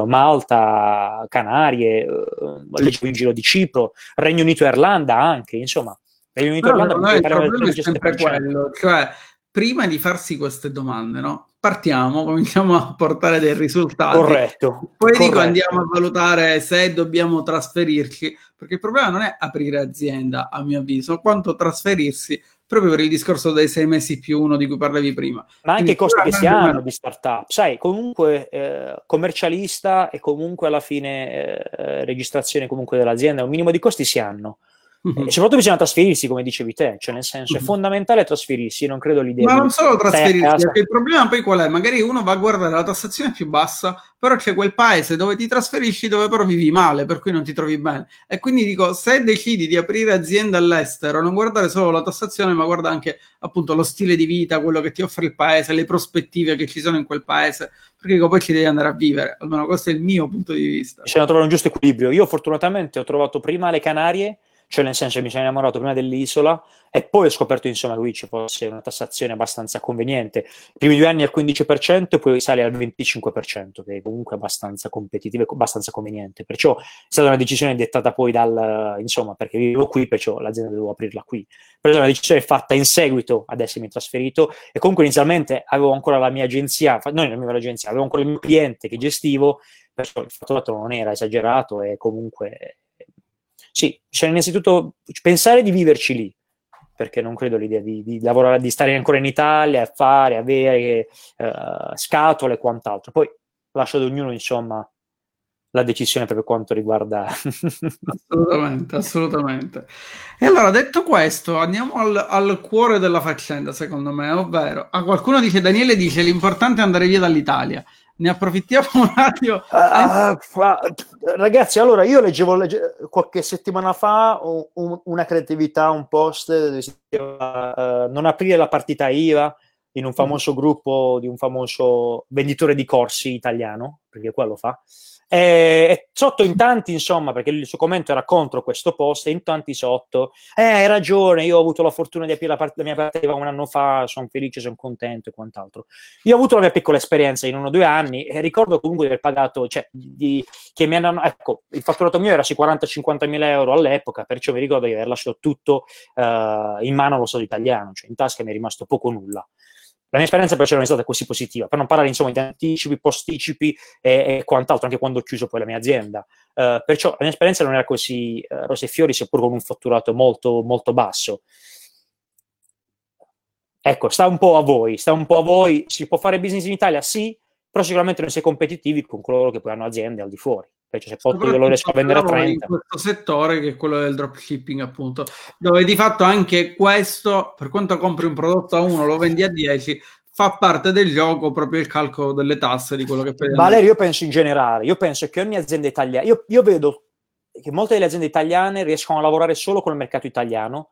Malta, Canarie, leggevo in giro di Cipro, Regno Unito e Irlanda anche, insomma. Regno Unito e Però Irlanda secondo me il parliamo del problema è sempre 17%. quello, cioè prima di farsi queste domande, no? Partiamo, cominciamo a portare dei risultati, Corretto, poi dico corretto. andiamo a valutare se dobbiamo trasferirci, perché il problema non è aprire azienda, a mio avviso, quanto trasferirsi, proprio per il discorso dei 6 mesi più uno di cui parlavi prima. Ma anche Quindi i costi che si hanno sicuramente di startup, sai, comunque commercialista e comunque alla fine registrazione comunque dell'azienda, un minimo di costi si hanno. E soprattutto bisogna trasferirsi, come dicevi te, cioè nel senso è fondamentale trasferirsi, io non credo l'idea Ma non di solo stai a trasferirsi, casa. perché il problema poi qual è? Magari uno va a guardare la tassazione più bassa, però c'è quel paese dove ti trasferisci dove però vivi male, per cui non ti trovi bene. E quindi dico, se decidi di aprire azienda all'estero, non guardare solo la tassazione, ma guarda anche appunto lo stile di vita, quello che ti offre il paese, le prospettive che ci sono in quel paese, perché dico, poi ci devi andare a vivere. Almeno questo è il mio punto di vista. Bisogna trovare un giusto equilibrio. Io fortunatamente ho trovato prima le Canarie, cioè nel senso che mi sono innamorato prima dell'isola e poi ho scoperto insomma che qui ci fosse una tassazione abbastanza conveniente. I primi 2 anni al 15% e poi sale al 25%, che è comunque abbastanza competitivo e abbastanza conveniente. Perciò è stata una decisione dettata poi insomma, perché vivo qui, perciò l'azienda devo aprirla qui. Però è una decisione fatta in seguito ad essermi trasferito e comunque inizialmente avevo ancora la mia agenzia, non la mia agenzia, avevo ancora il mio cliente che gestivo, perciò il fatturato non era esagerato e comunque sì, cioè innanzitutto pensare di viverci lì, perché non credo l'idea di lavorare, di stare ancora in Italia, a fare, avere scatole e quant'altro. Poi lascio ad ognuno, insomma, la decisione per quanto riguarda... Assolutamente, assolutamente. E allora, detto questo, andiamo al cuore della faccenda, secondo me, ovvero, a qualcuno dice, Daniele dice, l'importante è andare via dall'Italia. Ne approfittiamo un attimo. Ragazzi, allora io leggevo qualche settimana fa una creatività, un post dove si diceva non aprire la partita IVA in un famoso gruppo di un famoso venditore di corsi italiano, perché quello fa. E sotto in tanti, insomma, perché il suo commento era contro questo post, e in tanti sotto, hai ragione, io ho avuto la fortuna di aprire la mia partita IVA un anno fa, sono felice, sono contento e quant'altro. Io ho avuto la mia piccola esperienza in 1 o 2 anni e ricordo comunque di aver pagato, cioè, che mi hanno, ecco, il fatturato mio era sui 40-50 mila euro all'epoca, perciò mi ricordo di aver lasciato tutto in mano allo Stato italiano, cioè in tasca mi è rimasto poco o nulla. La mia esperienza perciò non è stata così positiva, per non parlare insomma di anticipi, posticipi e quant'altro, anche quando ho chiuso poi la mia azienda. Perciò la mia esperienza non era così rose e fiori, seppur con un fatturato molto, molto basso. Ecco, sta un po' a voi, si può fare business in Italia? Sì, però sicuramente non si è competitivi con coloro che poi hanno aziende al di fuori. Perciò se poi io lo riesco a vendere a In 30... questo settore che è quello del dropshipping, appunto, dove di fatto anche questo, per quanto compri un prodotto a 1, lo vendi a 10, fa parte del gioco proprio il calcolo delle tasse di quello che poi andare. Valerio, io penso in generale, io penso che ogni azienda italiana, io vedo che molte delle aziende italiane riescono a lavorare solo con il mercato italiano,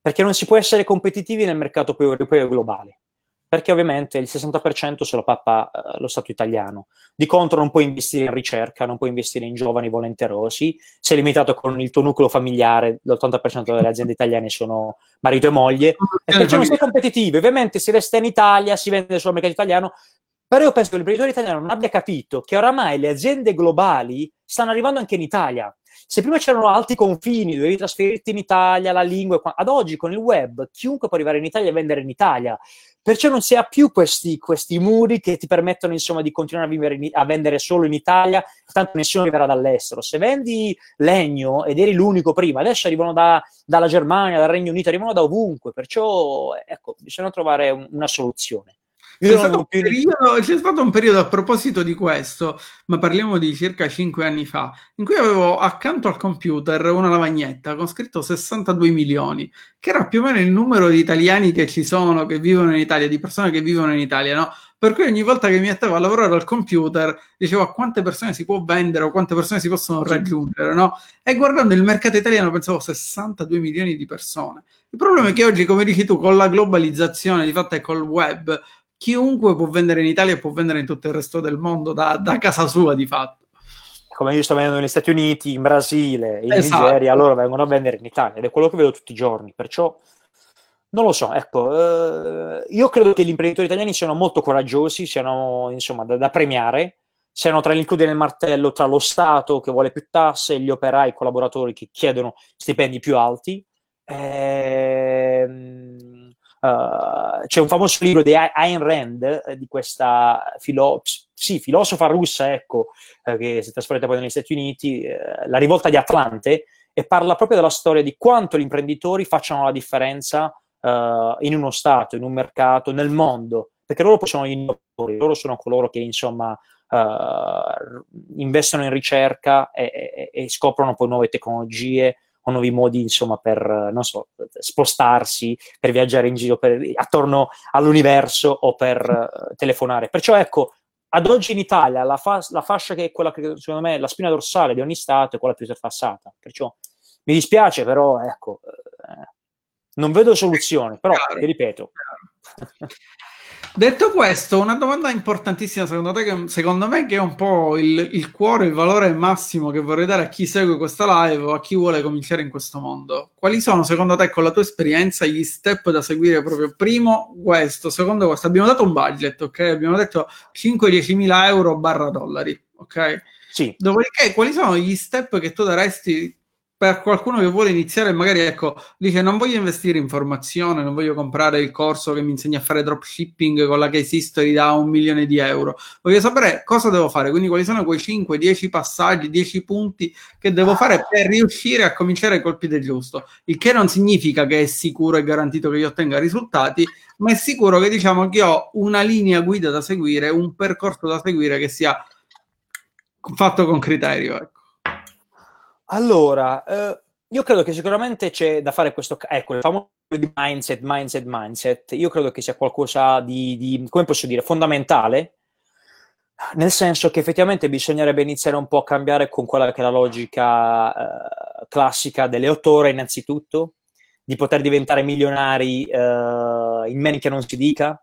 perché non si può essere competitivi nel mercato poi europeo e globale, perché ovviamente il 60% se lo pappa lo Stato italiano. Di contro non puoi investire in ricerca, non puoi investire in giovani volenterosi, sei limitato con il tuo nucleo familiare, l'80% delle aziende italiane sono marito e moglie, e perciò non sei competitivi. Ovviamente si resta in Italia, si vende sul mercato italiano, però io penso che l'imprenditore italiano non abbia capito che oramai le aziende globali stanno arrivando anche in Italia. Se prima c'erano alti confini, dovevi trasferirti in Italia, la lingua, ad oggi con il web chiunque può arrivare in Italia e vendere in Italia. Perciò non si ha più questi muri che ti permettono insomma di continuare a, a vendere solo in Italia, tanto nessuno arriverà dall'estero. Se vendi legno ed eri l'unico prima, adesso arrivano dalla Germania, dal Regno Unito, arrivano da ovunque, perciò ecco, bisogna trovare una soluzione. C'è stato un periodo a proposito di questo, ma parliamo di circa 5 anni fa, in cui avevo accanto al computer una lavagnetta con scritto 62 milioni, che era più o meno il numero di italiani che ci sono, che vivono in Italia, di persone che vivono in Italia, no? Per cui ogni volta che mi mettevo a lavorare al computer dicevo a quante persone si può vendere o quante persone si possono raggiungere, no? E guardando il mercato italiano pensavo 62 milioni di persone. Il problema è che oggi, come dici tu, con la globalizzazione, di fatto è col web, chiunque può vendere in Italia e può vendere in tutto il resto del mondo da casa sua di fatto. Come io sto vendendo negli Stati Uniti, in Brasile, in Nigeria, loro vengono a vendere in Italia ed è quello che vedo tutti i giorni, perciò non lo so, ecco, io credo che gli imprenditori italiani siano molto coraggiosi, siano insomma da premiare, siano tra l'include nel martello tra lo Stato che vuole più tasse e gli operai, i collaboratori che chiedono stipendi più alti. C'è un famoso libro di Ayn Rand, di questa filosofa russa, ecco, che si è trasferita poi negli Stati Uniti, La rivolta di Atlante, e parla proprio della storia di quanto gli imprenditori facciano la differenza in uno Stato, in un mercato, nel mondo, perché loro poi sono gli innovatori, loro sono coloro che insomma investono in ricerca e scoprono poi nuove tecnologie o nuovi modi, insomma, per, non so, spostarsi, per viaggiare in giro attorno all'universo o per telefonare. Perciò, ecco, ad oggi in Italia la fascia che è quella che, secondo me, è la spina dorsale di ogni Stato è quella più sorpassata. Perciò mi dispiace, però, ecco, non vedo soluzione, però, ti ripeto. Detto questo, una domanda importantissima secondo me, che è un po' il cuore, il valore massimo che vorrei dare a chi segue questa live o a chi vuole cominciare in questo mondo. Quali sono, secondo te, con la tua esperienza, gli step da seguire proprio? Primo, questo. Secondo, questo. Abbiamo dato un budget, ok? Abbiamo detto 5-10 mila euro barra dollari, ok? Sì. Dopodiché, quali sono gli step che tu daresti per qualcuno che vuole iniziare, magari ecco, dice non voglio investire in formazione, non voglio comprare il corso che mi insegna a fare dropshipping con la case history da 1 milione di euro, voglio sapere cosa devo fare, quindi quali sono quei 5-10 passaggi, 10 punti che devo fare per riuscire a cominciare ai colpi del giusto, il che non significa che è sicuro e garantito che io ottenga risultati, ma è sicuro che diciamo che ho una linea guida da seguire, un percorso da seguire che sia fatto con criterio, ecco. Allora, io credo che sicuramente c'è da fare questo, ecco, il famoso di mindset. Io credo che sia qualcosa di come posso dire, fondamentale, nel senso che effettivamente bisognerebbe iniziare un po' a cambiare con quella che è la logica classica delle 8 ore innanzitutto, di poter diventare milionari in men che non si dica,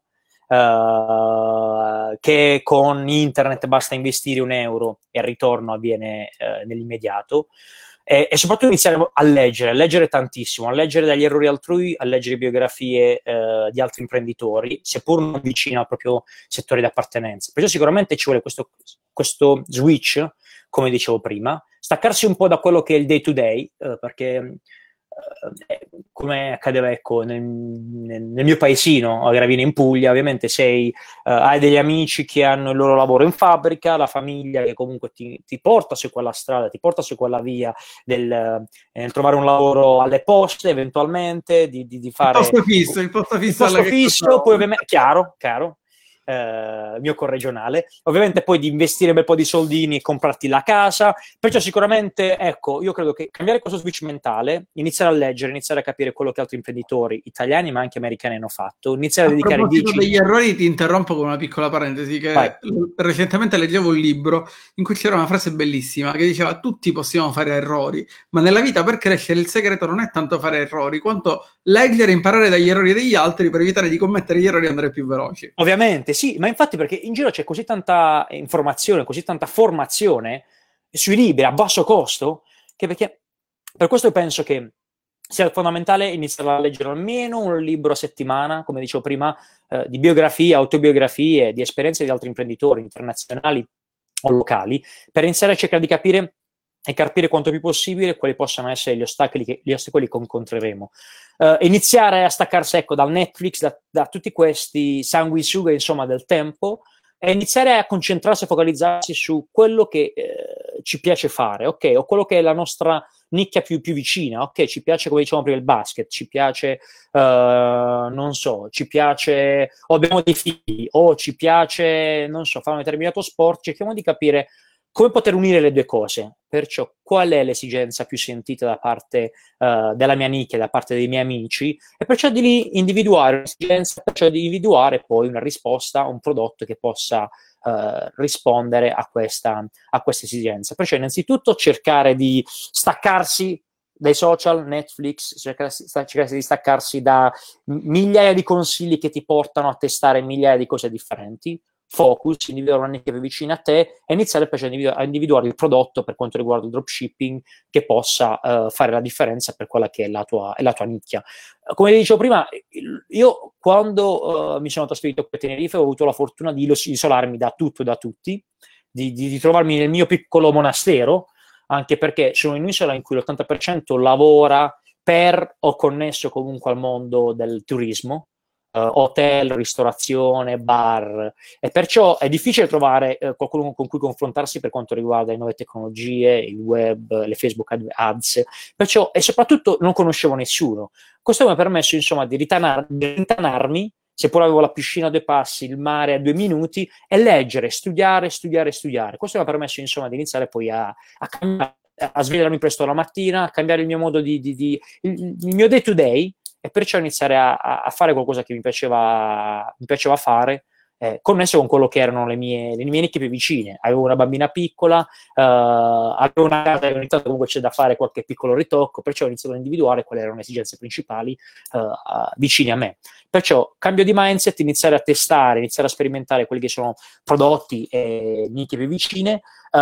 che con internet basta investire €1 e il ritorno avviene nell'immediato, e soprattutto iniziare a leggere tantissimo, a leggere dagli errori altrui, a leggere biografie di altri imprenditori, seppur non vicino al proprio settore di appartenenza. Perciò sicuramente ci vuole questo switch, come dicevo prima, staccarsi un po' da quello che è il day to day, perché come accadeva ecco nel mio paesino a Gravina in Puglia, ovviamente hai degli amici che hanno il loro lavoro in fabbrica, la famiglia che comunque ti porta su quella strada, ti porta su quella via nel trovare un lavoro alle poste eventualmente, di fare il posto fisso poi ovviamente chiaro, mio corregionale, ovviamente poi di investire un bel po' di soldini e comprarti la casa, perciò sicuramente, ecco, io credo che cambiare questo switch mentale, iniziare a leggere, iniziare a capire quello che altri imprenditori italiani ma anche americani hanno fatto, iniziare a A dedicare proposito 10... degli errori, ti interrompo con una piccola parentesi, Vai. che recentemente leggevo un libro in cui c'era una frase bellissima che diceva: tutti possiamo fare errori, ma nella vita per crescere il segreto non è tanto fare errori, quanto leggere e imparare dagli errori degli altri per evitare di commettere gli errori e andare più veloci. Ovviamente, sì, ma infatti perché in giro c'è così tanta informazione, così tanta formazione sui libri a basso costo, che perché per questo io penso che sia fondamentale iniziare a leggere almeno un libro a settimana, come dicevo prima, di biografie, autobiografie, di esperienze di altri imprenditori internazionali o locali, per iniziare a cercare di capire e capire quanto più possibile quali possano essere gli ostacoli che incontreremo. Iniziare a staccarsi, ecco, dal Netflix, da tutti questi sanguisughe, insomma, del tempo, e iniziare a concentrarsi e focalizzarsi su quello che ci piace fare, ok? O quello che è la nostra nicchia più vicina, ok? Ci piace, come dicevamo prima, il basket, ci piace, non so, ci piace, o abbiamo dei figli, o ci piace, non so, fare un determinato sport, cerchiamo di capire come poter unire le due cose. Perciò qual è l'esigenza più sentita da parte della mia nicchia, da parte dei miei amici, e perciò di lì individuare un'esigenza, perciò di individuare poi una risposta, un prodotto che possa rispondere a questa esigenza. Perciò innanzitutto cercare di staccarsi dai social, Netflix, cercare di staccarsi da migliaia di consigli che ti portano a testare migliaia di cose differenti, focus, individuare una nicchia più vicina a te e iniziare a individuare il prodotto per quanto riguarda il dropshipping che possa fare la differenza per quella che è la tua nicchia. Come dicevo prima, io quando mi sono trasferito a Tenerife ho avuto la fortuna di isolarmi da tutto e da tutti, di trovarmi nel mio piccolo monastero, anche perché sono in un'isola in cui l'80% lavora per o connesso comunque al mondo del turismo, hotel, ristorazione, bar, e perciò è difficile trovare qualcuno con cui confrontarsi per quanto riguarda le nuove tecnologie, il web, le Facebook ads, perciò, e soprattutto non conoscevo nessuno. Questo mi ha permesso insomma di rintanarmi, seppur avevo la piscina a 2 passi, il mare a 2 minuti, e leggere, studiare. Questo mi ha permesso insomma di iniziare poi a cambiare, a svegliarmi presto la mattina, a cambiare il mio modo il mio day to day, e perciò iniziare a fare qualcosa che mi piaceva fare, connesso con quello che erano le mie nicchie più vicine. Avevo una bambina piccola, avevo una casa e ogni tanto comunque c'è da fare qualche piccolo ritocco, perciò ho iniziato a individuare quali erano le esigenze principali vicine a me. Perciò cambio di mindset, iniziare a testare, iniziare a sperimentare quelli che sono prodotti e nicchie più vicine,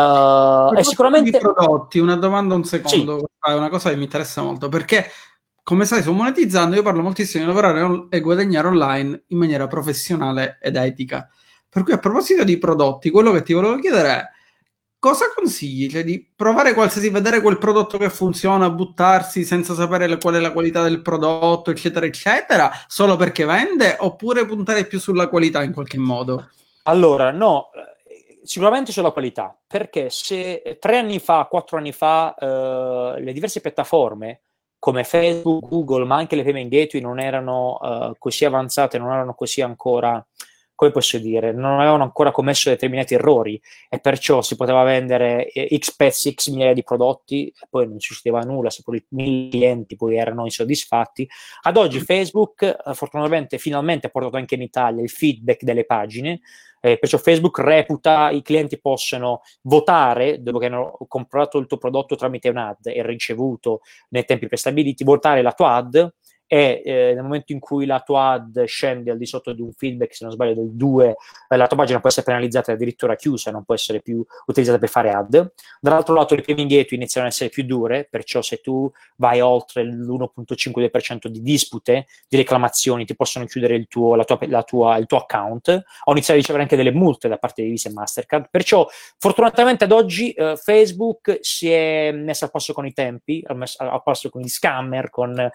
e sicuramente... Di prodotti, una domanda, un Sì. secondo, è una cosa che mi interessa molto, perché come sai, su Monetizzando io parlo moltissimo di lavorare e guadagnare online in maniera professionale ed etica. Per cui a proposito di prodotti, quello che ti volevo chiedere è: cosa consigli? Cioè di provare qualsiasi, vedere quel prodotto che funziona, buttarsi senza sapere qual è la qualità del prodotto, eccetera, eccetera, solo perché vende, oppure puntare più sulla qualità in qualche modo? Allora, no, sicuramente sulla qualità, perché se 3 anni fa, 4 anni fa, le diverse piattaforme come Facebook, Google, ma anche le payment gateway non erano così avanzate, non erano così ancora, come posso dire, non avevano ancora commesso determinati errori, e perciò si poteva vendere X pezzi, X migliaia di prodotti, e poi non succedeva nulla, seppur i 1.000 clienti poi erano insoddisfatti. Ad oggi Facebook, fortunatamente, finalmente ha portato anche in Italia il feedback delle pagine, perciò Facebook reputa i clienti possono votare, dopo che hanno comprato il tuo prodotto tramite un'ad e ricevuto nei tempi prestabiliti, votare la tua ad, e nel momento in cui la tua ad scende al di sotto di un feedback, se non sbaglio, del 2, la tua pagina può essere penalizzata e addirittura chiusa, non può essere più utilizzata per fare ad. Dall'altro lato le payment gateway iniziano ad essere più dure, perciò se tu vai oltre l'1,5% di dispute, di reclamazioni, ti possono chiudere il tuo account, o iniziare a ricevere anche delle multe da parte di Visa e Mastercard. Perciò fortunatamente ad oggi Facebook si è messo al passo con i tempi, al passo con gli scammer, con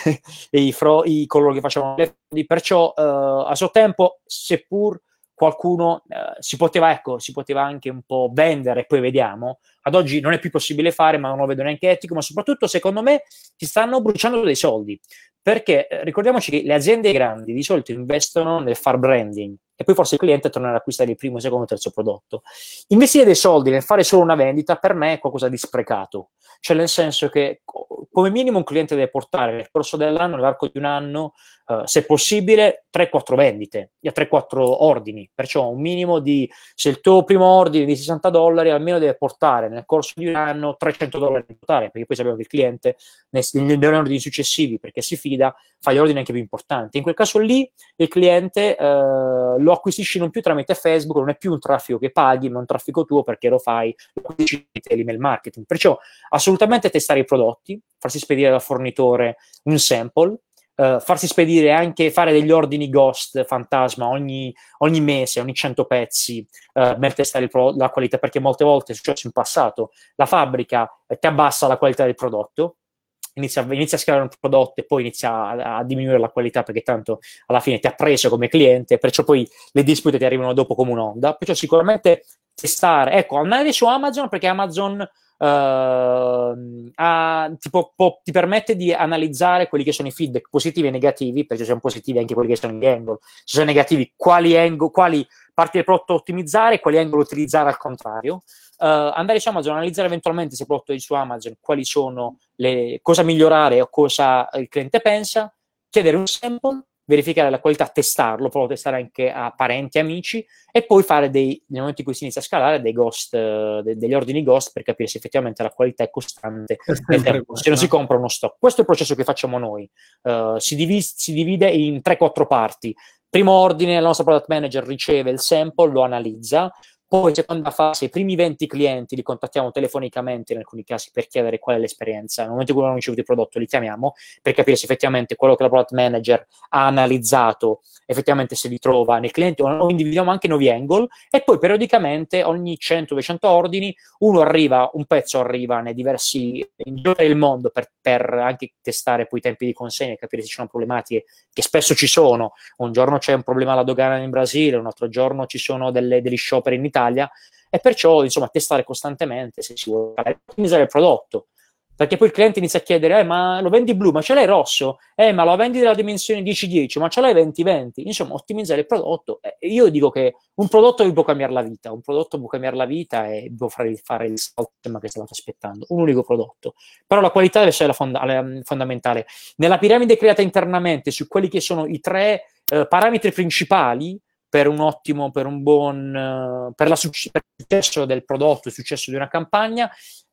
coloro che facevano le frodi, perciò a suo tempo, seppur qualcuno si poteva anche un po' vendere, poi vediamo, ad oggi non è più possibile fare, ma non lo vedo neanche etico, ma soprattutto secondo me si stanno bruciando dei soldi, perché ricordiamoci che le aziende grandi di solito investono nel far branding, e poi forse il cliente tornerà ad acquistare il primo, secondo, terzo prodotto. Investire dei soldi nel fare solo una vendita per me è qualcosa di sprecato, cioè nel senso che come minimo un cliente deve portare nel corso dell'anno, nell'arco di un anno, se possibile 3-4 vendite, 3-4 ordini, perciò un minimo di, se il tuo primo ordine è di $60, almeno deve portare nel corso di un anno $300 in totale, perché poi sappiamo che il cliente negli ordini successivi, perché si fida, fa gli ordini anche più importanti. In quel caso lì il cliente lo acquisisci non più tramite Facebook, non è più un traffico che paghi, ma un traffico tuo, perché lo fai, lo acquisisci tramite l'email marketing. Perciò assolutamente testare i prodotti, farsi spedire dal fornitore un sample, farsi spedire anche, fare degli ordini ghost, fantasma, ogni mese, ogni 100 pezzi, per testare la qualità, perché molte volte è successo in passato, la fabbrica ti abbassa la qualità del prodotto, inizia a scalare un prodotto e poi inizia a diminuire la qualità, perché tanto alla fine ti ha preso come cliente, perciò poi le dispute ti arrivano dopo come un'onda. Perciò sicuramente testare, ecco, andare su Amazon, perché Amazon ti permette di analizzare quelli che sono i feedback positivi e negativi, perché sono positivi anche quelli che sono gli angle, se sono negativi quali parti del prodotto ottimizzare, quali angle utilizzare al contrario. Andare su Amazon, analizzare eventualmente se il prodotto è su Amazon, quali sono cosa migliorare o cosa il cliente pensa, chiedere un sample, verificare la qualità, testarlo, provo a testare anche a parenti, amici, e poi fare nel momento in cui si inizia a scalare, dei ghost, degli ordini ghost, per capire se effettivamente la qualità è costante, se non si compra uno stock. Questo è il processo che facciamo noi. Si divide in 3-4 parti. Primo ordine, il nostro product manager riceve il sample, lo analizza. Poi, seconda fase, i primi 20 clienti li contattiamo telefonicamente in alcuni casi per chiedere qual è l'esperienza. Nel momento in cui hanno ricevuto il prodotto, li chiamiamo per capire se effettivamente quello che la product manager ha analizzato effettivamente se li trova nei clienti, o individuiamo anche nuovi angle. E poi periodicamente, ogni 100-200 ordini, un pezzo arriva nei diversi in giro del mondo per anche testare poi i tempi di consegna e capire se ci sono problematiche, che spesso ci sono. Un giorno c'è un problema alla dogana in Brasile, un altro giorno ci sono degli scioperi in Italia, e perciò insomma testare costantemente se si vuole ottimizzare il prodotto, perché poi il cliente inizia a chiedere ma lo vendi blu, ma ce l'hai rosso? Ma lo vendi della dimensione 10-10, ma ce l'hai 20-20? Insomma, ottimizzare il prodotto. Io dico che un prodotto vi può cambiare la vita, e può fare il salto che state aspettando, un unico prodotto, però la qualità deve essere fondamentale. Nella piramide creata internamente, su quelli che sono i 3 parametri principali per per il successo del prodotto, il successo di una campagna,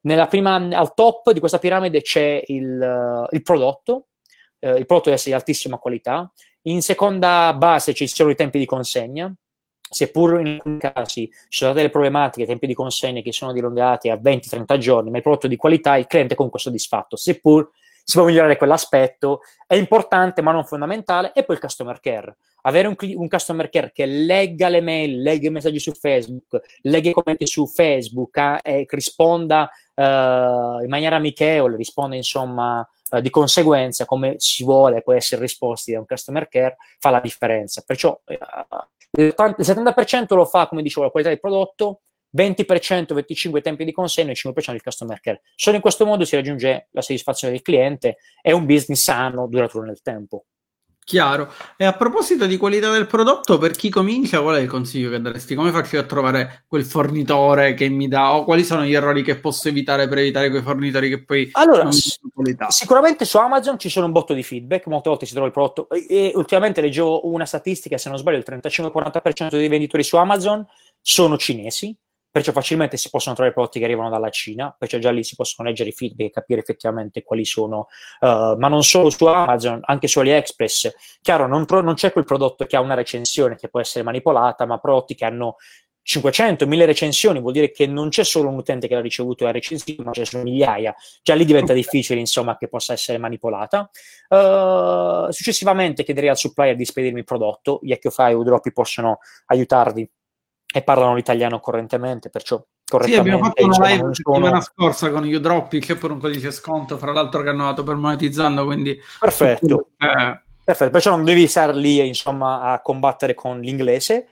al top di questa piramide c'è il prodotto. Il prodotto deve essere di altissima qualità. In seconda base ci sono i tempi di consegna, seppur in alcuni casi ci sono delle problematiche, tempi di consegna che sono dilungati a 20-30 giorni, ma il prodotto di qualità, il cliente è comunque soddisfatto, seppur si può migliorare quell'aspetto, è importante ma non fondamentale. E poi il customer care. Avere un customer care che legga le mail, legga i messaggi su Facebook, legga i commenti su Facebook, e risponda in maniera amichevole, risponde insomma di conseguenza come si vuole, può essere risposti da un customer care, fa la differenza. Perciò il 70% lo fa, come dicevo, la qualità del prodotto, 20%, 25% tempi di consegna e 5% il customer care. Solo in questo modo si raggiunge la soddisfazione del cliente e un business sano, duraturo nel tempo. Chiaro. E a proposito di qualità del prodotto, per chi comincia, qual è il consiglio che daresti? Come faccio a trovare quel fornitore che mi dà, o quali sono gli errori che posso evitare per evitare quei fornitori che poi allora, non mi danno qualità? Sicuramente su Amazon ci sono un botto di feedback, molte volte si trova il prodotto, e ultimamente leggevo una statistica, se non sbaglio il 35-40% dei venditori su Amazon sono cinesi, perciò facilmente si possono trovare prodotti che arrivano dalla Cina, perciò già lì si possono leggere i feedback e capire effettivamente quali sono, ma non solo su Amazon, anche su AliExpress. Chiaro, non c'è quel prodotto che ha una recensione che può essere manipolata, ma prodotti che hanno 500, 1000 recensioni, vuol dire che non c'è solo un utente che l'ha ricevuto e ha recensito, ma ci sono migliaia. Già lì diventa difficile, insomma, che possa essere manipolata. Successivamente chiederei al supplier di spedirmi il prodotto. Yakofy e Udropi possono aiutarvi e parlano l'italiano correntemente, perciò Sì, abbiamo fatto una live la settimana sono... scorsa con Udropi, c'è pure un codice sconto, fra l'altro che hanno dato per monetizzando, quindi... Perfetto. Perfetto, perciò non devi stare lì, insomma, a combattere con l'inglese.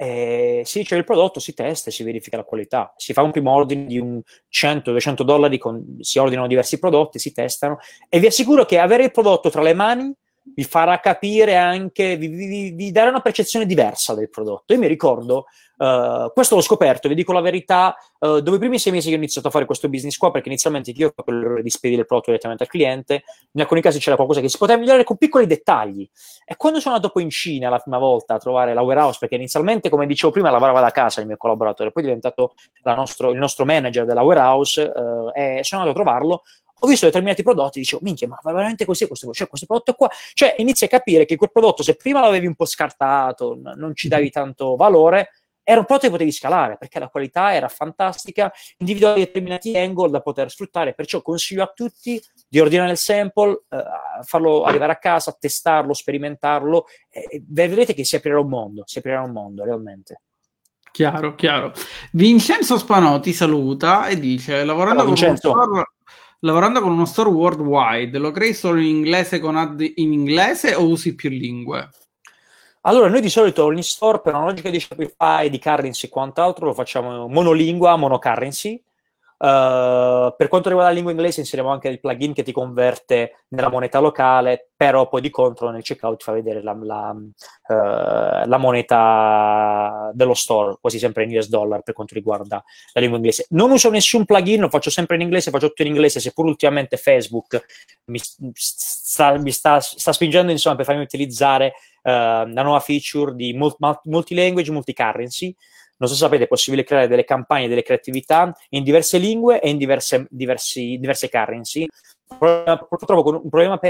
Si riceve il prodotto, si testa e si verifica la qualità. Si fa un primo ordine di un $100-200, si ordinano diversi prodotti, si testano, e vi assicuro che avere il prodotto tra le mani vi farà capire anche, vi darà una percezione diversa del prodotto. Io mi ricordo, questo l'ho scoperto, vi dico la verità, dopo i primi 6 mesi che ho iniziato a fare questo business qua, perché inizialmente io ho fatto l'errore di spedire il prodotto direttamente al cliente, in alcuni casi c'era qualcosa che si poteva migliorare con piccoli dettagli. E quando sono andato poi in Cina la prima volta a trovare la warehouse, perché inizialmente, come dicevo prima, lavorava da casa il mio collaboratore, poi è diventato il nostro manager della warehouse, e sono andato a trovarlo, ho visto determinati prodotti e dicevo, minchia, ma va veramente così cioè, questo prodotto qua? Cioè, inizi a capire che quel prodotto, se prima l'avevi un po' scartato, non ci davi tanto valore, era un prodotto che potevi scalare, perché la qualità era fantastica, individuare determinati angle da poter sfruttare, perciò consiglio a tutti di ordinare il sample, farlo arrivare a casa, testarlo, sperimentarlo, e vedrete che si aprirà un mondo, realmente. Chiaro, chiaro. Vincenzo Spanò ti saluta e dice: Ciao Vincenzo. Lavorando con uno store worldwide, lo crei solo in inglese con ad in inglese o usi più lingue? Allora, noi di solito ogni store, per una logica di Shopify, di currency e quant'altro, lo facciamo monolingua, monocurrency. Per quanto riguarda la lingua inglese, inseriamo anche il plugin che ti converte nella moneta locale, però poi di contro nel checkout ti fa vedere la moneta dello store, quasi sempre in US dollar per quanto riguarda la lingua inglese. Non uso nessun plugin, lo faccio sempre in inglese, faccio tutto in inglese, seppur ultimamente Facebook mi sta spingendo, insomma, per farmi utilizzare la nuova feature di multi-language, multi-currency. Non so se sapete, è possibile creare delle campagne, delle creatività in diverse lingue e in diverse currency. Purtroppo con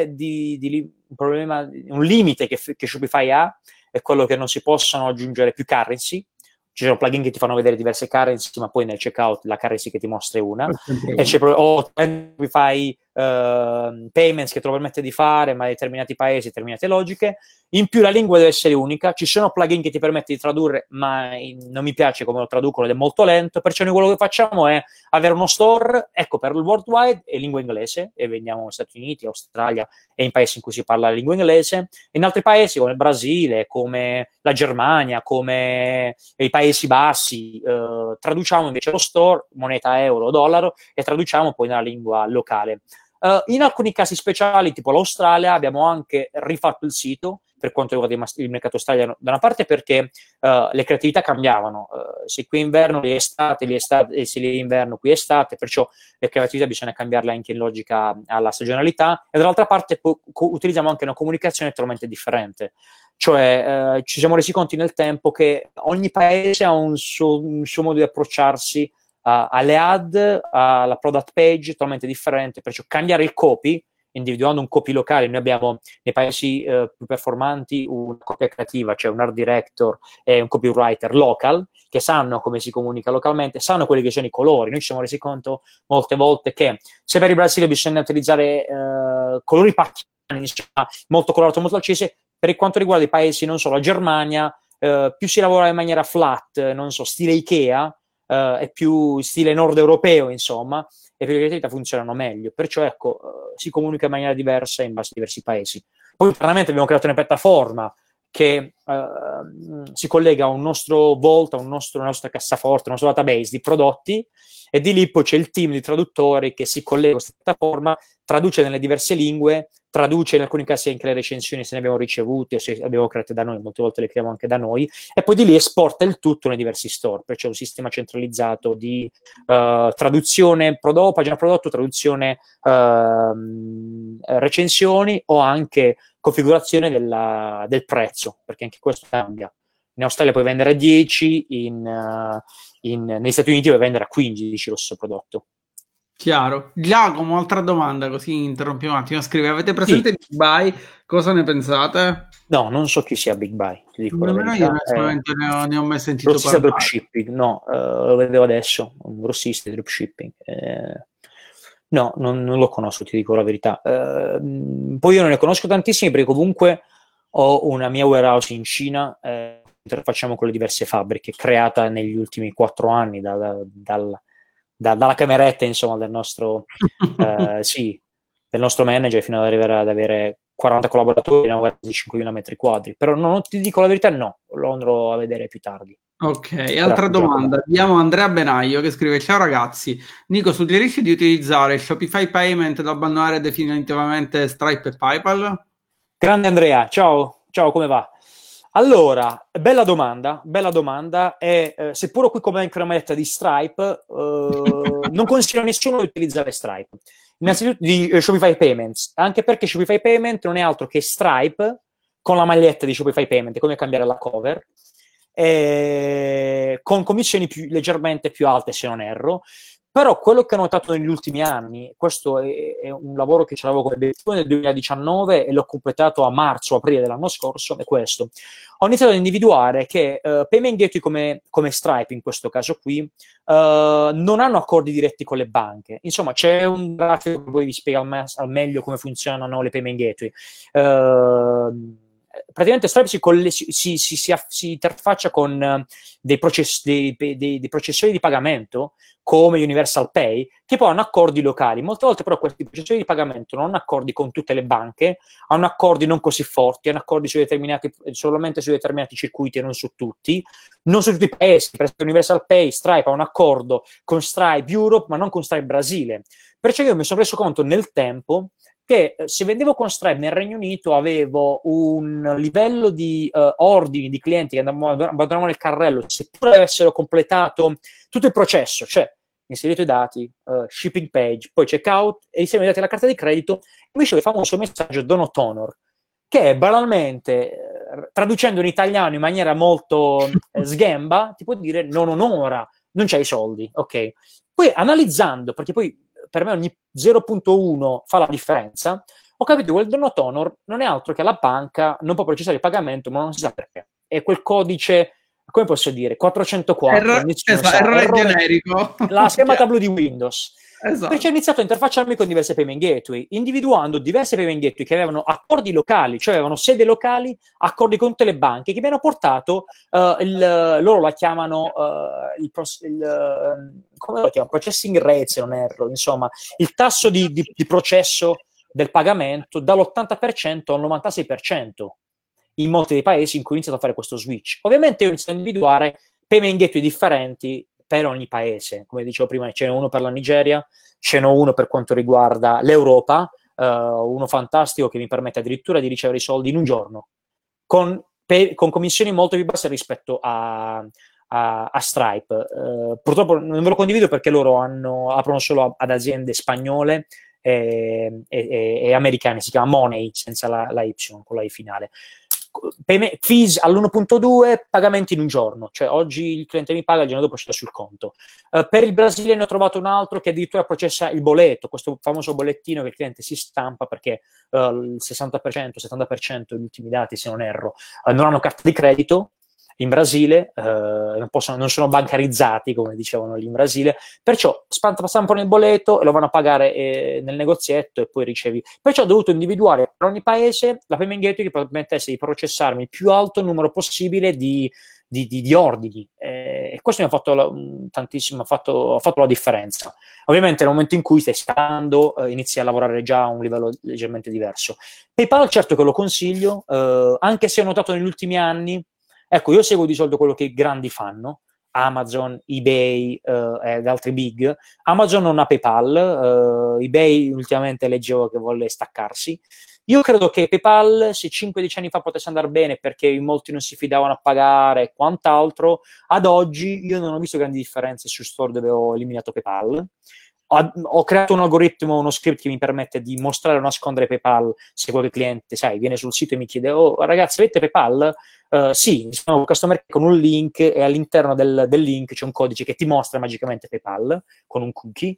un limite che Shopify ha è quello che non si possono aggiungere più currency. Ci sono plugin che ti fanno vedere diverse currency, ma poi nel checkout la currency che ti mostra è una. E c'è Shopify payments che te lo permette di fare, ma in determinati paesi, determinate logiche. In più la lingua deve essere unica, ci sono plugin che ti permettono di tradurre, ma non mi piace come lo traducono ed è molto lento, perciò noi quello che facciamo è avere uno store, ecco, per il worldwide è lingua inglese, e vendiamo negli Stati Uniti, Australia e in paesi in cui si parla la lingua inglese, in altri paesi come il Brasile, come la Germania, come i Paesi Bassi, traduciamo invece lo store, moneta euro o dollaro, e traduciamo poi nella lingua locale. In alcuni casi speciali, tipo l'Australia, abbiamo anche rifatto il sito per quanto riguarda il mercato australiano, da una parte perché le creatività cambiavano, se qui è inverno lì è estate, e se lì è inverno qui è estate, perciò le creatività bisogna cambiarle anche in logica alla stagionalità, e dall'altra parte utilizziamo anche una comunicazione totalmente differente. Cioè ci siamo resi conto nel tempo che ogni paese ha un suo modo di approcciarsi alle ad, alla product page totalmente differente, perciò cambiare il copy, individuando un copy locale. Noi abbiamo nei paesi più performanti una copia creativa, cioè un art director e un copywriter local, che sanno come si comunica localmente, sanno quelli che sono i colori. Noi ci siamo resi conto molte volte che se per il Brasile bisogna utilizzare colori particolari, molto colorato, molto accese, per quanto riguarda i paesi, non so, la Germania, più si lavora in maniera flat, non so, stile Ikea, è più stile nord europeo, insomma, e per le creatività funzionano meglio. Perciò, ecco, si comunica in maniera diversa in base a diversi paesi. Poi, internamente, abbiamo creato una piattaforma che si collega a un nostro Vault, a una nostra cassaforte, un nostro database di prodotti, e di lì poi c'è il team di traduttori che si collega a questa piattaforma, traduce nelle diverse lingue, traduce in alcuni casi anche le recensioni se ne abbiamo ricevute o se abbiamo create da noi, molte volte le creiamo anche da noi, e poi di lì esporta il tutto nei diversi store, perciò un sistema centralizzato di traduzione pagina prodotto, traduzione recensioni, o anche configurazione del prezzo, perché anche questo cambia. In Australia puoi vendere a 10, negli Stati Uniti puoi vendere a 15 lo stesso prodotto. Chiaro. Giacomo, altra domanda, così interrompiamo un attimo. Scrive: avete presente Big Buy? Cosa ne pensate? No, non so chi sia Big Buy, ti dico la verità. Io onestamente ne ho mai sentito grossista parlare. Dropshipping, no, lo vedevo adesso, un grossista di dropshipping. No, non lo conosco, ti dico la verità. Poi io non ne conosco tantissimi, perché comunque ho una mia warehouse in Cina, interfacciamo con le diverse fabbriche, creata negli ultimi 4 anni dalla cameretta, insomma, del nostro manager, fino ad arrivare ad avere 40 collaboratori in una warehouse di 5.000 metri quadri. Però non ti dico la verità, no, lo andrò a vedere più tardi. Ok, altra domanda. Abbiamo Andrea Benaio che scrive: ciao ragazzi, Nico, suggerisci di utilizzare Shopify Payment da abbandonare definitivamente Stripe e PayPal? Grande Andrea, ciao, ciao, come va? Allora, bella domanda, e seppur qui come anche una maglietta di Stripe, non consiglio a nessuno di utilizzare Stripe. Innanzitutto di Shopify Payments, anche perché Shopify Payment non è altro che Stripe con la maglietta di Shopify Payment, è come cambiare la cover, con commissioni leggermente più alte se non erro. Però quello che ho notato negli ultimi anni, questo è un lavoro che ce l'avevo come obiettivo nel 2019 e l'ho completato a marzo-aprile dell'anno scorso, è questo. Ho iniziato ad individuare che payment gateway come Stripe, in questo caso qui, non hanno accordi diretti con le banche. Insomma, c'è un grafico che poi vi spiega al meglio come funzionano le payment gateway. Praticamente Stripe si interfaccia con dei processori di pagamento come Universal Pay, che poi hanno accordi locali. Molte volte però questi processori di pagamento non hanno accordi con tutte le banche, hanno accordi non così forti, hanno accordi solamente su determinati circuiti e non su tutti. Non su tutti i paesi, per esempio Universal Pay, Stripe ha un accordo con Stripe Europe, ma non con Stripe Brasile. Perciò io mi sono reso conto nel tempo che se vendevo con Stripe nel Regno Unito avevo un livello di ordini di clienti che abbandonavano il carrello, seppur avessero completato tutto il processo, cioè inserito i dati, shipping page, poi checkout e insieme i dati alla carta di credito, invece il famoso messaggio Donut Honor, che è banalmente, traducendo in italiano in maniera molto sghemba, ti può dire non onora, non c'hai i soldi, ok? Poi analizzando, perché poi per me ogni 0.1 fa la differenza, ho capito che quel Donut Honor non è altro che la banca non può processare il pagamento, ma non si sa perché. È quel codice, come posso dire, 404, nessuno sa, Errore errore, generico. la schermata Chiaro. blu di Windows. Perché ho Esatto. iniziato a interfacciarmi con diverse payment gateway, individuando diverse payment gateway che avevano accordi locali, cioè avevano sede locali, accordi con tutte le banche, che mi hanno portato, loro la chiamano, come lo chiamano? Processing rate, se non erro, insomma, il tasso di processo del pagamento dall'80% al 96% in molti dei paesi in cui ho iniziato a fare questo switch. Ovviamente io ho iniziato a individuare payment gateway differenti per ogni paese. Come dicevo prima, ce n'è uno per la Nigeria, ce n'è uno per quanto riguarda l'Europa, uno fantastico che mi permette addirittura di ricevere i soldi in un giorno, con commissioni molto più basse rispetto a Stripe. Purtroppo non ve lo condivido perché loro aprono solo ad aziende spagnole e americane, si chiama Money senza la Y, con la I finale. Fees all'1.2, pagamenti in un giorno, cioè oggi il cliente mi paga, il giorno dopo c'è sul conto. Per il Brasile ne ho trovato un altro che addirittura processa il boletto, questo famoso bollettino che il cliente si stampa perché il 60%, 70%, gli ultimi dati se non erro, non hanno carta di credito in Brasile, non sono bancarizzati come dicevano lì in Brasile, perciò stampano il boletto e lo vanno a pagare nel negozietto e poi ricevi. Perciò ho dovuto individuare per ogni paese la payment gateway che permettesse di processarmi il più alto numero possibile di ordini, e questo mi ha fatto tantissimo, ha fatto la differenza. Ovviamente nel momento in cui stai scalando inizi a lavorare già a un livello leggermente diverso. PayPal certo che lo consiglio, anche se ho notato negli ultimi anni, ecco, io seguo di solito quello che i grandi fanno, Amazon, eBay ed altri big. Amazon non ha PayPal, eBay ultimamente leggevo che vuole staccarsi. Io credo che PayPal, se 5-10 anni fa potesse andare bene perché in molti non si fidavano a pagare e quant'altro, ad oggi io non ho visto grandi differenze su store dove ho eliminato PayPal. Ho creato un algoritmo, uno script che mi permette di mostrare o nascondere PayPal se qualche cliente, sai, viene sul sito e mi chiede: oh ragazzi, avete PayPal? Sì, sono un customer care con un link e all'interno del link c'è un codice che ti mostra magicamente PayPal con un cookie.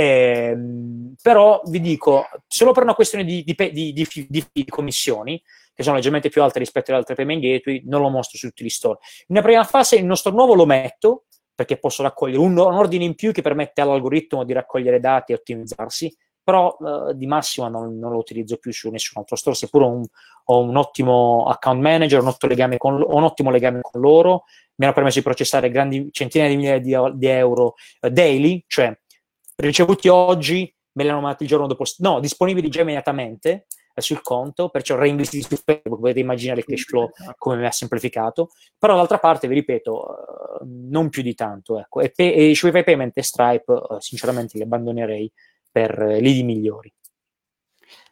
Però vi dico, solo per una questione di commissioni, che sono leggermente più alte rispetto alle altre payment gateway, non lo mostro su tutti gli store. In una prima fase il nostro nuovo lo metto, perché posso raccogliere un ordine in più che permette all'algoritmo di raccogliere dati e ottimizzarsi, però di massima non lo utilizzo più su nessun altro store, seppur ho un ottimo account manager, ho un ottimo legame con loro, mi hanno permesso di processare centinaia di migliaia di euro daily, cioè ricevuti oggi, me li hanno mandati il giorno dopo, no, disponibili già immediatamente sul conto, perciò reinvestiti su Facebook, potete immaginare il cash flow come mi ha semplificato, però d'altra parte, vi ripeto, non più di tanto, ecco, e Shopify Payment e Stripe, sinceramente li abbandonerei per lidi migliori.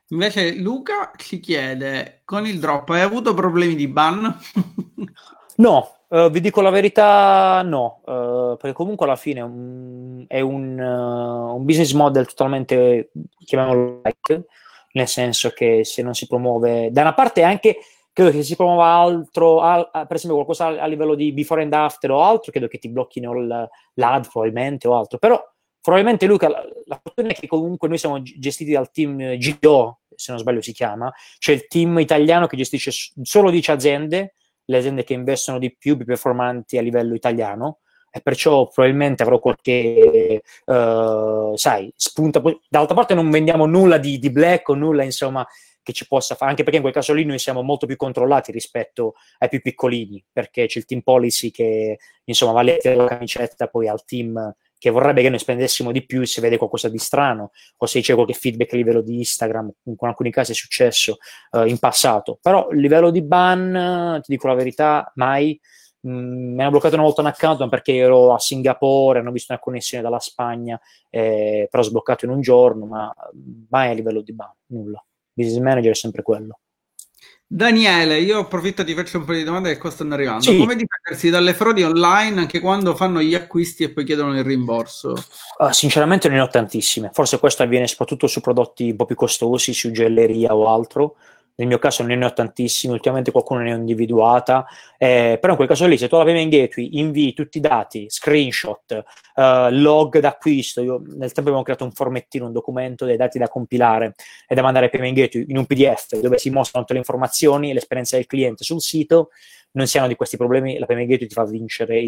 Invece Luca ci chiede, con il drop hai avuto problemi di ban? No, vi dico la verità, no, perché comunque alla fine è un business model totalmente, chiamiamolo like, nel senso che se non si promuove, da una parte anche credo che si promuova altro, per esempio qualcosa a livello di before and after o altro, credo che ti blocchino l'ad probabilmente o altro, però probabilmente Luca, la fortuna è che comunque noi siamo gestiti dal team GDO, se non sbaglio si chiama, cioè il team italiano che gestisce solo 10 aziende, le aziende che investono di più performanti a livello italiano, e perciò probabilmente avrò qualche, sai, spunta. Dall'altra parte non vendiamo nulla di black o nulla, insomma, che ci possa fare, anche perché in quel caso lì noi siamo molto più controllati rispetto ai più piccolini, perché c'è il team policy che, insomma, va a leggere la camicetta poi al team che vorrebbe che noi spendessimo di più se vede qualcosa di strano o se c'è qualche feedback a livello di Instagram, in alcuni casi è successo in passato, però il livello di ban, ti dico la verità, mai. Mi hanno bloccato una volta un account perché ero a Singapore, hanno visto una connessione dalla Spagna, però sbloccato in un giorno, ma mai a livello di ban, nulla. Business manager è sempre quello. Daniele, io approfitto e ti faccio un po' di domande che qua stanno arrivando. Sì, Come difendersi dalle frodi online anche quando fanno gli acquisti e poi chiedono il rimborso? sinceramente ne ho tantissime. Forse questo avviene soprattutto su prodotti un po' più costosi, su gioielleria o altro. Nel mio caso ne ho tantissimi, ultimamente qualcuno ne ho individuata, però in quel caso lì se tu alla Payment Gateway invii tutti i dati, screenshot, log d'acquisto, io nel tempo abbiamo creato un formettino, un documento dei dati da compilare e da mandare a Payment Gateway in un PDF dove si mostrano tutte le informazioni e l'esperienza del cliente sul sito, non si hanno di questi problemi, la Payment Gateway ti fa vincere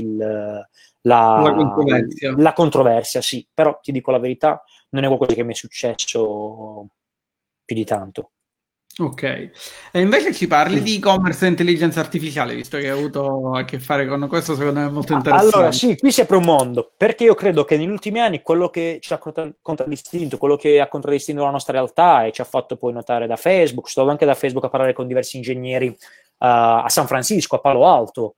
La la, controversia. la controversia, sì, però ti dico la verità, non è qualcosa che mi è successo più di tanto. Ok. E invece ci parli di e-commerce e intelligenza artificiale, visto che hai avuto a che fare con questo, secondo me è molto Allora, interessante. sì, qui si apre un mondo, perché io credo che negli ultimi anni quello che ci ha contraddistinto, quello che ha contraddistinto la nostra realtà e ci ha fatto poi notare da Facebook, stavo anche da Facebook a parlare con diversi ingegneri a San Francisco, a Palo Alto,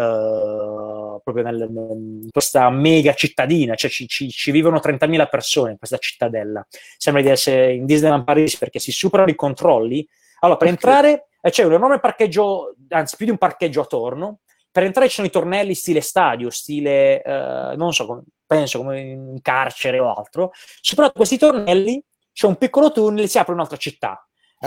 proprio in questa mega cittadina, cioè ci vivono 30.000 persone in questa cittadella. Sembra di essere in Disneyland Paris perché si superano i controlli. Allora, per Ok. entrare c'è un enorme parcheggio, anzi più di un parcheggio attorno, per entrare ci sono i tornelli stile stadio, stile, non so, penso come in carcere o altro. Superato questi tornelli, c'è un piccolo tunnel, si apre un'altra città.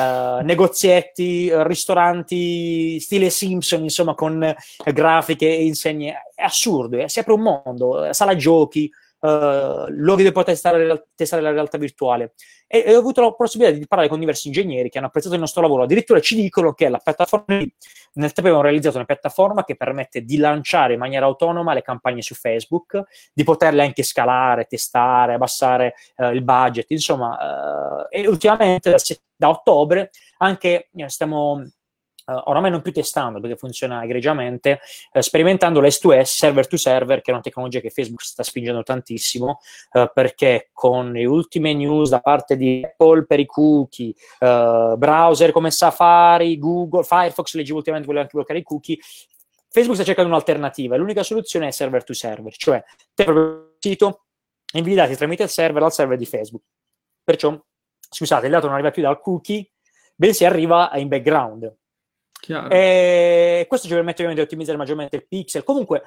Negozietti, ristoranti, stile Simpson, insomma, con grafiche e insegne. È assurdo, si apre un mondo, sala giochi, luoghi dove poter testare la realtà virtuale. E ho avuto la possibilità di parlare con diversi ingegneri che hanno apprezzato il nostro lavoro. Addirittura ci dicono che la piattaforma, nel tempo abbiamo realizzato una piattaforma che permette di lanciare in maniera autonoma le campagne su Facebook, di poterle anche scalare, testare, abbassare il budget, insomma, e ultimamente da ottobre anche stiamo oramai non più testando perché funziona egregiamente, sperimentando l'S2S, server to server, che è una tecnologia che Facebook sta spingendo tantissimo, perché con le ultime news da parte di Apple per i cookie, browser come Safari, Google, Firefox, leggevo ultimamente vuole anche bloccare i cookie, Facebook sta cercando un'alternativa e l'unica soluzione è server to server, cioè te proprio il sito invii i dati tramite il server al server di Facebook. Perciò, scusate, il dato non arriva più dal cookie, bensì arriva in background. Chiaro. E questo ci permette ovviamente di ottimizzare maggiormente il pixel. Comunque,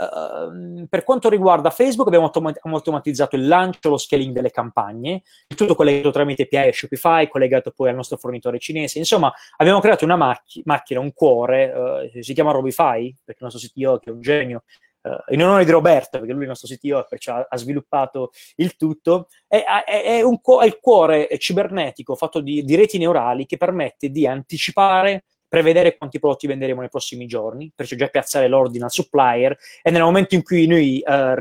per quanto riguarda Facebook, abbiamo automatizzato il lancio, lo scaling delle campagne, tutto collegato tramite API e Shopify, collegato poi al nostro fornitore cinese. Insomma, abbiamo creato una macchina, un cuore, si chiama Robify, perché il nostro CTO, che è un genio, in onore di Roberto, perché lui è il nostro CTO, perciò ha sviluppato il tutto, è il cuore cibernetico fatto di reti neurali che permette di anticipare, prevedere quanti prodotti venderemo nei prossimi giorni, perciò già piazzare l'ordine al supplier e nel momento in cui noi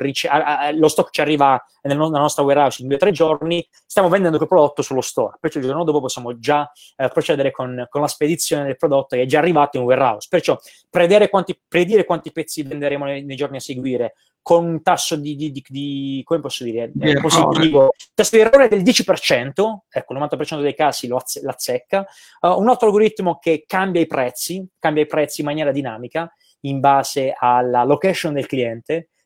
lo stock ci arriva nella nostra warehouse in 2 o 3 giorni, stiamo vendendo quel prodotto sullo store, perciò il giorno dopo possiamo già procedere con la spedizione del prodotto che è già arrivato in warehouse, perciò predire quanti pezzi venderemo nei giorni a seguire con un tasso di come posso dire, Di errore. positivo, tasso di errore del 10%, ecco, il 90% dei casi l'azzecca. Un altro algoritmo che cambia i prezzi in maniera dinamica in base alla location del cliente.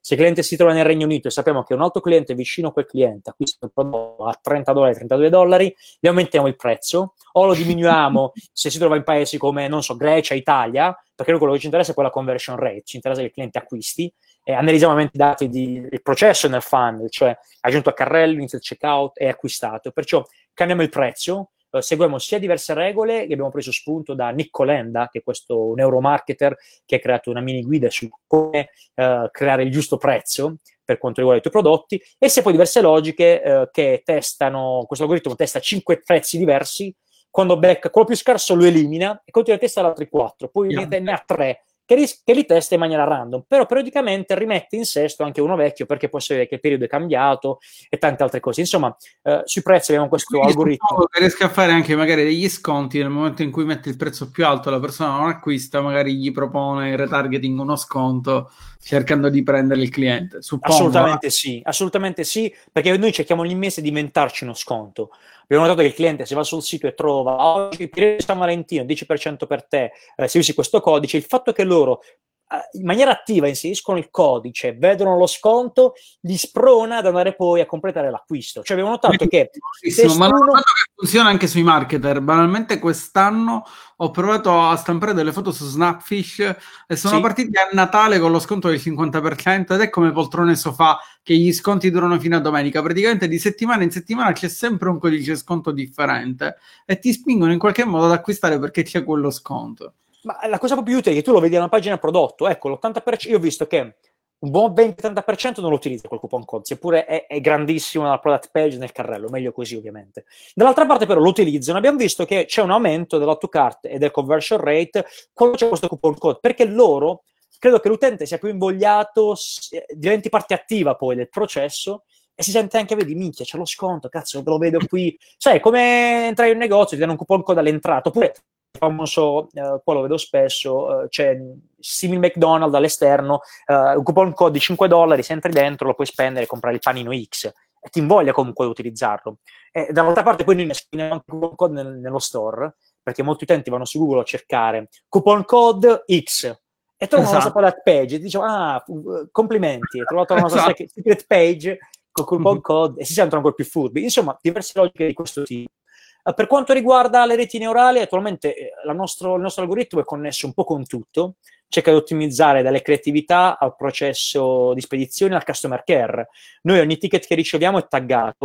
Se il cliente si trova nel Regno Unito e sappiamo che un altro cliente vicino a quel cliente acquista il prodotto a $30, $32, gli aumentiamo il prezzo o lo diminuiamo se si trova in paesi come, non so, Grecia, Italia, perché noi quello che ci interessa è poi la conversion rate, ci interessa che il cliente acquisti, e analizziamo ovviamente i dati del processo nel funnel, cioè aggiunto a carrello, inizio il checkout e acquistato. Perciò cambiamo il prezzo, seguiamo sia diverse regole che abbiamo preso spunto da Nick Colenda, che è questo neuromarketer che ha creato una mini guida su come creare il giusto prezzo per quanto riguarda i tuoi prodotti, e sia poi diverse logiche che testano, questo algoritmo testa 5 prezzi diversi, quando becca quello più scarso lo elimina e continua a testare altri 4, poi ne ha 3 che li testa in maniera random, però periodicamente rimette in sesto anche uno vecchio perché può essere che il periodo è cambiato e tante altre cose. Insomma, sui prezzi abbiamo questo algoritmo. Che riesca a fare anche magari degli sconti nel momento in cui mette il prezzo più alto, la persona non acquista, magari gli propone il retargeting uno sconto cercando di prendere il cliente. Suppongo, assolutamente sì, perché noi cerchiamo ogni mese di inventarci uno sconto. Abbiamo notato che il cliente, se va sul sito e trova oggi il periodo di San Valentino 10% per te, se usi questo codice, il fatto che loro in maniera attiva inseriscono il codice, vedono lo sconto, li sprona ad andare poi a completare l'acquisto. Cioè abbiamo notato che ma l'ho notato che funziona anche sui marketer. Banalmente quest'anno ho provato a stampare delle foto su Snapfish e sono partiti a Natale con lo sconto del 50% ed è come poltrone sofà che gli sconti durano fino a domenica. Praticamente di settimana in settimana c'è sempre un codice sconto differente e ti spingono in qualche modo ad acquistare perché c'è quello sconto. Ma la cosa più utile è che tu lo vedi alla pagina prodotto, ecco, l'80%, io ho visto che un buon 20-30% non lo utilizza quel coupon code, seppure è grandissimo nella product page, nel carrello, meglio così ovviamente. Dall'altra parte però lo utilizzano, abbiamo visto che c'è un aumento dell'add to cart e del conversion rate quando c'è questo coupon code, perché loro, credo che l'utente sia più invogliato, diventi parte attiva poi del processo, e si sente anche, vedi, minchia, c'è lo sconto, cazzo, lo vedo qui. Sai, come entrare in un negozio, ti danno un coupon code all'entrata, oppure famoso, qua lo vedo spesso, c'è simil McDonald's all'esterno, un coupon code di $5, se entri dentro lo puoi spendere e comprare il panino X, e ti invoglia comunque di utilizzarlo. E dall'altra parte poi noi ne scriviamo anche il coupon code nello store, perché molti utenti vanno su Google a cercare coupon code X, e trovano la nostra product page e ti dicono, complimenti, hai trovato la nostra secret page con coupon code, e si sentono ancora più furbi. Insomma, diverse logiche di questo tipo. Per quanto riguarda le reti neurali, attualmente il nostro algoritmo è connesso un po' con tutto, cerca di ottimizzare dalle creatività al processo di spedizione al customer care. Noi ogni ticket che riceviamo è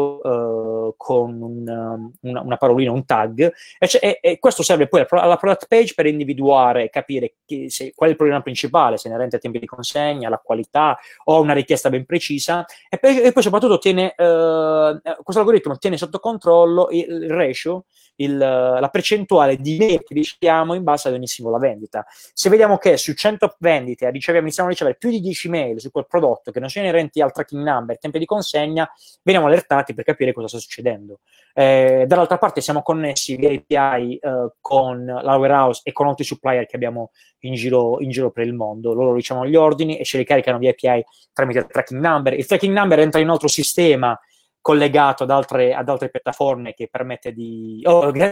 taggato con una parolina, un tag, e questo serve poi alla product page per individuare e capire qual è il problema principale, se inerente ai tempi di consegna, alla qualità o una richiesta ben precisa, e poi soprattutto questo algoritmo tiene sotto controllo il ratio, la percentuale di mail che riceviamo in base ad ogni singola vendita. Se vediamo che su 100 vendite iniziamo a ricevere più di 10 mail su quel prodotto che non sono inerenti al tracking number, tempi di consegna, veniamo allertati per capire cosa sta succedendo. Dall'altra parte siamo connessi via API con la warehouse e con altri supplier che abbiamo in giro per il mondo. Loro ricevono gli ordini e ce li caricano via API tramite il tracking number. Il tracking number entra in un altro sistema collegato ad altre piattaforme che permette di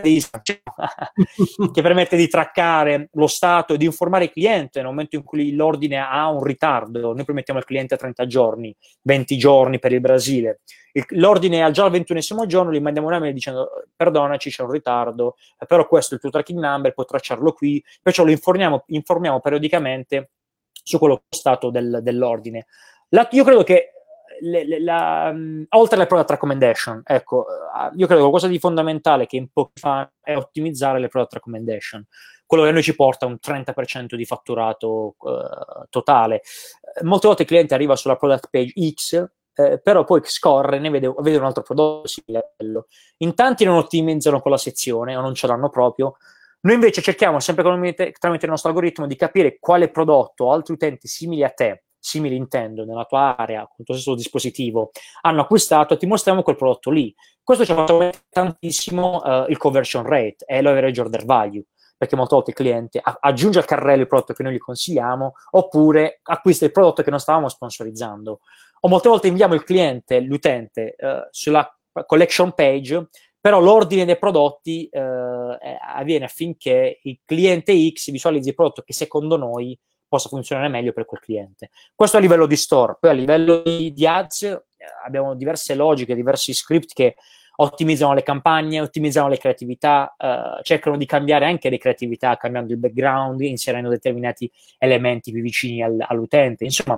che permette di traccare lo stato e di informare il cliente nel momento in cui l'ordine ha un ritardo. Noi promettiamo al cliente 30 giorni, 20 giorni per il Brasile. L'ordine ha già il 21esimo giorno, gli mandiamo una mail dicendo perdonaci, c'è un ritardo, però questo è il tuo tracking number, puoi tracciarlo qui, perciò lo informiamo periodicamente su quello che è lo stato dell'ordine. Io credo che oltre alle product recommendation, ecco, io credo che qualcosa di fondamentale che in pochi fa è ottimizzare le product recommendation, quello che a noi ci porta a un 30% di fatturato totale. Molte volte il cliente arriva sulla product page X, però poi scorre, vede un altro prodotto simile. In tanti non ottimizzano quella sezione o non ce l'hanno proprio. Noi invece cerchiamo sempre tramite il nostro algoritmo di capire quale prodotto o altri utenti simili a te, simili intendo, nella tua area, con il tuo stesso dispositivo, hanno acquistato, e ti mostriamo quel prodotto lì. Questo ci ha fatto aumentare tantissimo il conversion rate e l'average order value, perché molte volte il cliente aggiunge al carrello il prodotto che noi gli consigliamo, oppure acquista il prodotto che non stavamo sponsorizzando. O molte volte inviamo l'utente sulla collection page, però l'ordine dei prodotti avviene affinché il cliente X visualizzi il prodotto che secondo noi possa funzionare meglio per quel cliente. Questo a livello di store. Poi a livello di ads abbiamo diverse logiche, diversi script che ottimizzano le campagne, ottimizzano le creatività, cercano di cambiare anche le creatività cambiando il background, inserendo determinati elementi più vicini all'utente. Insomma,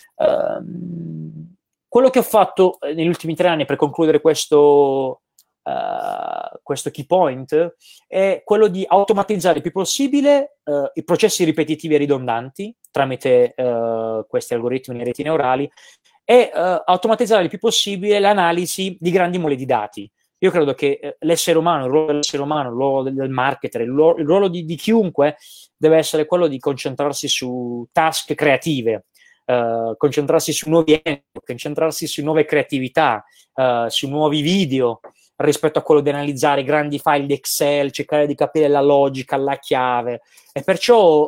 quello che ho fatto negli ultimi 3 anni per concludere questo key point è quello di automatizzare il più possibile i processi ripetitivi e ridondanti tramite questi algoritmi e reti neurali e automatizzare il più possibile l'analisi di grandi mole di dati. Io credo che l'essere umano, il ruolo dell'essere umano, il ruolo del marketer, il ruolo di chiunque deve essere quello di concentrarsi su task creative, concentrarsi su nuovi eventi, concentrarsi su nuove creatività, su nuovi video, rispetto a quello di analizzare grandi file di Excel, cercare di capire la logica, la chiave. E perciò,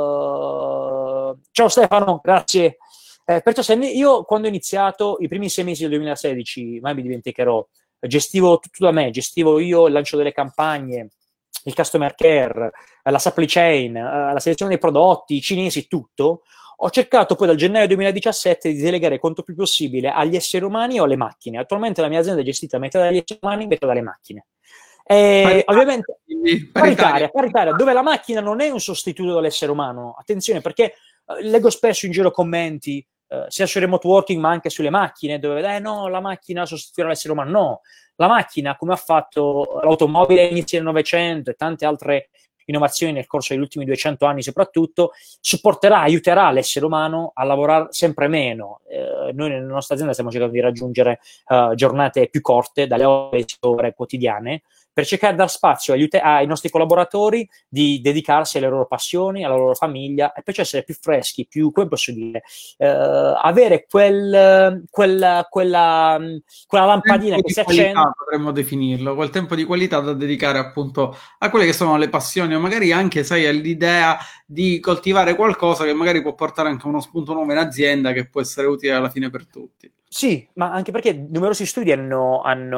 ciao Stefano, grazie. Perciò io quando ho iniziato, i primi 6 mesi del 2016, mai mi dimenticherò, gestivo tutto da me, gestivo io il lancio delle campagne, il customer care, la supply chain, la selezione dei prodotti, i cinesi, tutto. Ho cercato poi dal gennaio 2017 di delegare quanto più possibile agli esseri umani o alle macchine. Attualmente la mia azienda è gestita metà dagli esseri umani, metà dalle macchine. Ovviamente paritaria, dove la macchina non è un sostituto dell'essere umano. Attenzione, perché leggo spesso in giro commenti sia su remote working ma anche sulle macchine, dove no, la macchina sostituirà l'essere umano. No, la macchina, come ha fatto l'automobile all'inizio del Novecento e tante altre innovazioni nel corso degli ultimi 200 anni soprattutto, supporterà, aiuterà l'essere umano a lavorare sempre meno. Noi nella nostra azienda stiamo cercando di raggiungere giornate più corte, dalle ore quotidiane, per cercare di dar spazio ai nostri collaboratori di dedicarsi alle loro passioni, alla loro famiglia e perciò essere più freschi, più, come posso dire, avere quella lampadina che si accende. Potremmo definirlo, quel tempo di qualità da dedicare appunto a quelle che sono le passioni o magari anche, sai, all'idea di coltivare qualcosa che magari può portare anche uno spunto nuovo in azienda che può essere utile alla fine per tutti. Sì, ma anche perché numerosi studi hanno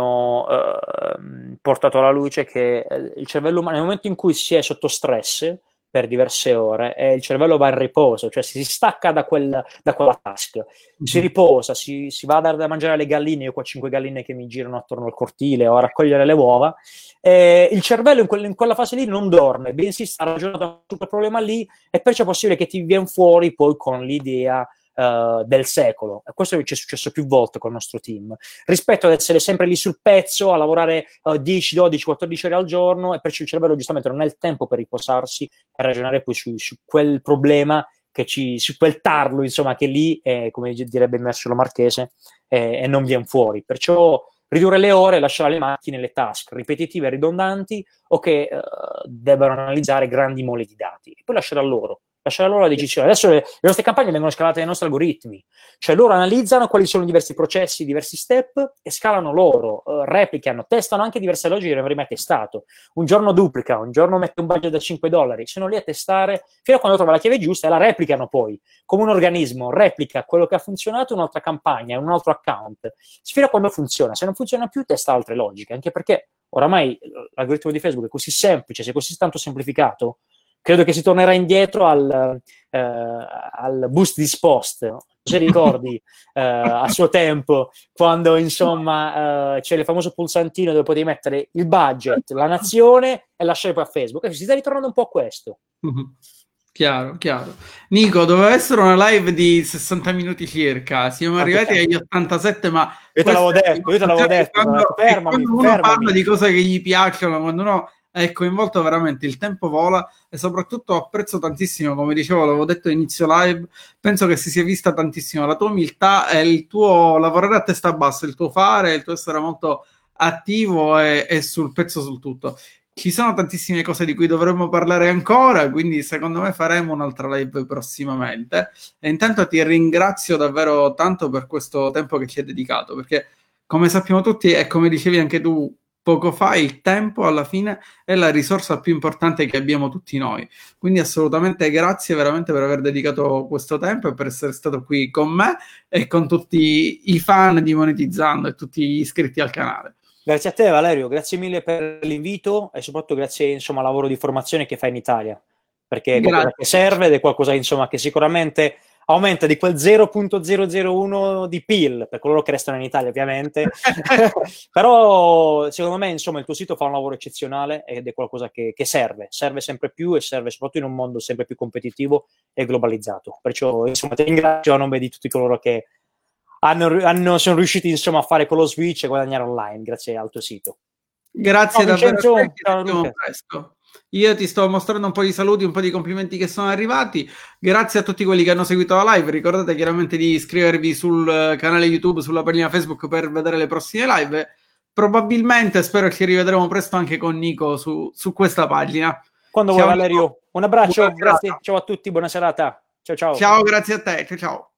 portato alla luce che il cervello umano, nel momento in cui si è sotto stress per diverse ore, il cervello va in riposo, cioè si stacca da quella task, si riposa, si va a dare da mangiare alle galline. Io ho qua 5 galline che mi girano attorno al cortile o a raccogliere le uova. Il cervello in quella fase lì non dorme, bensì sta ragionando su quel problema lì, e perciò è possibile che ti viene fuori poi con l'idea del secolo. E questo ci è successo più volte con il nostro team, rispetto ad essere sempre lì sul pezzo a lavorare 10, 12, 14 ore al giorno, e perciò il cervello giustamente non ha il tempo per riposarsi e ragionare poi su quel problema su quel tarlo, insomma, che lì è, come direbbe Merciolo Marchese, e non viene fuori. Perciò ridurre le ore, lasciare alle macchine le task ripetitive e ridondanti o che debbano analizzare grandi mole di dati, e poi lasciare a loro la decisione. Adesso le nostre campagne vengono scalate dai nostri algoritmi, cioè loro analizzano quali sono i diversi processi, i diversi step e scalano loro, replicano, testano anche diverse logiche che non avrei mai testato. Un giorno duplica, un giorno mette un budget da $5, sono lì a testare fino a quando trova la chiave giusta e la replicano poi, come un organismo, replica quello che ha funzionato in un'altra campagna, in un altro account, fino a quando funziona. Se non funziona più, testa altre logiche, anche perché oramai l'algoritmo di Facebook è così semplice, si è così tanto semplificato, credo che si tornerà indietro al boost dispost. Se ricordi a suo tempo, quando insomma c'è il famoso pulsantino dove potevi mettere il budget, la nazione e lasciare poi a Facebook. Si sta ritornando un po' a questo. Chiaro. Nico, doveva essere una live di 60 minuti circa, siamo arrivati agli 87, ma io te l'avevo detto. Quando uno parla di cose che gli piacciono, quando uno è coinvolto, veramente il tempo vola. E soprattutto apprezzo tantissimo, come dicevo, l'avevo detto inizio live, penso che si sia vista tantissimo la tua umiltà e il tuo lavorare a testa bassa, il tuo fare, il tuo essere molto attivo e sul pezzo sul tutto. Ci sono tantissime cose di cui dovremmo parlare ancora, quindi secondo me faremo un'altra live prossimamente. E intanto ti ringrazio davvero tanto per questo tempo che ci hai dedicato, perché come sappiamo tutti e come dicevi anche tu poco fa, il tempo alla fine è la risorsa più importante che abbiamo tutti noi. Quindi assolutamente grazie veramente per aver dedicato questo tempo e per essere stato qui con me e con tutti i fan di Monetizzando e tutti gli iscritti al canale. Grazie a te Valerio, grazie mille per l'invito e soprattutto grazie, insomma, al lavoro di formazione che fai in Italia. perché è qualcosa che Grazie. serve ed è qualcosa insomma che sicuramente aumenta di quel 0,001 di PIL per coloro che restano in Italia ovviamente. Però secondo me insomma il tuo sito fa un lavoro eccezionale ed è qualcosa che serve sempre più e serve soprattutto in un mondo sempre più competitivo e globalizzato. Perciò insomma ti ringrazio a nome di tutti coloro che sono riusciti insomma a fare quello switch e guadagnare online grazie al tuo sito. Grazie Ciao davvero a Vincenzo, te, ci ciao sentiamo Luca. presto. Io ti sto mostrando un po' di saluti, un po' di complimenti che sono arrivati. Grazie a tutti quelli che hanno seguito la live. Ricordate chiaramente di iscrivervi sul canale YouTube, sulla pagina Facebook per vedere le prossime live. Probabilmente spero ci rivedremo presto anche con Nico su questa pagina. Quando vuoi Ciao Nico, Valerio, un buona abbraccio, grazie, serata. ciao a tutti, buona serata, ciao ciao. Ciao, grazie a te. Ciao ciao.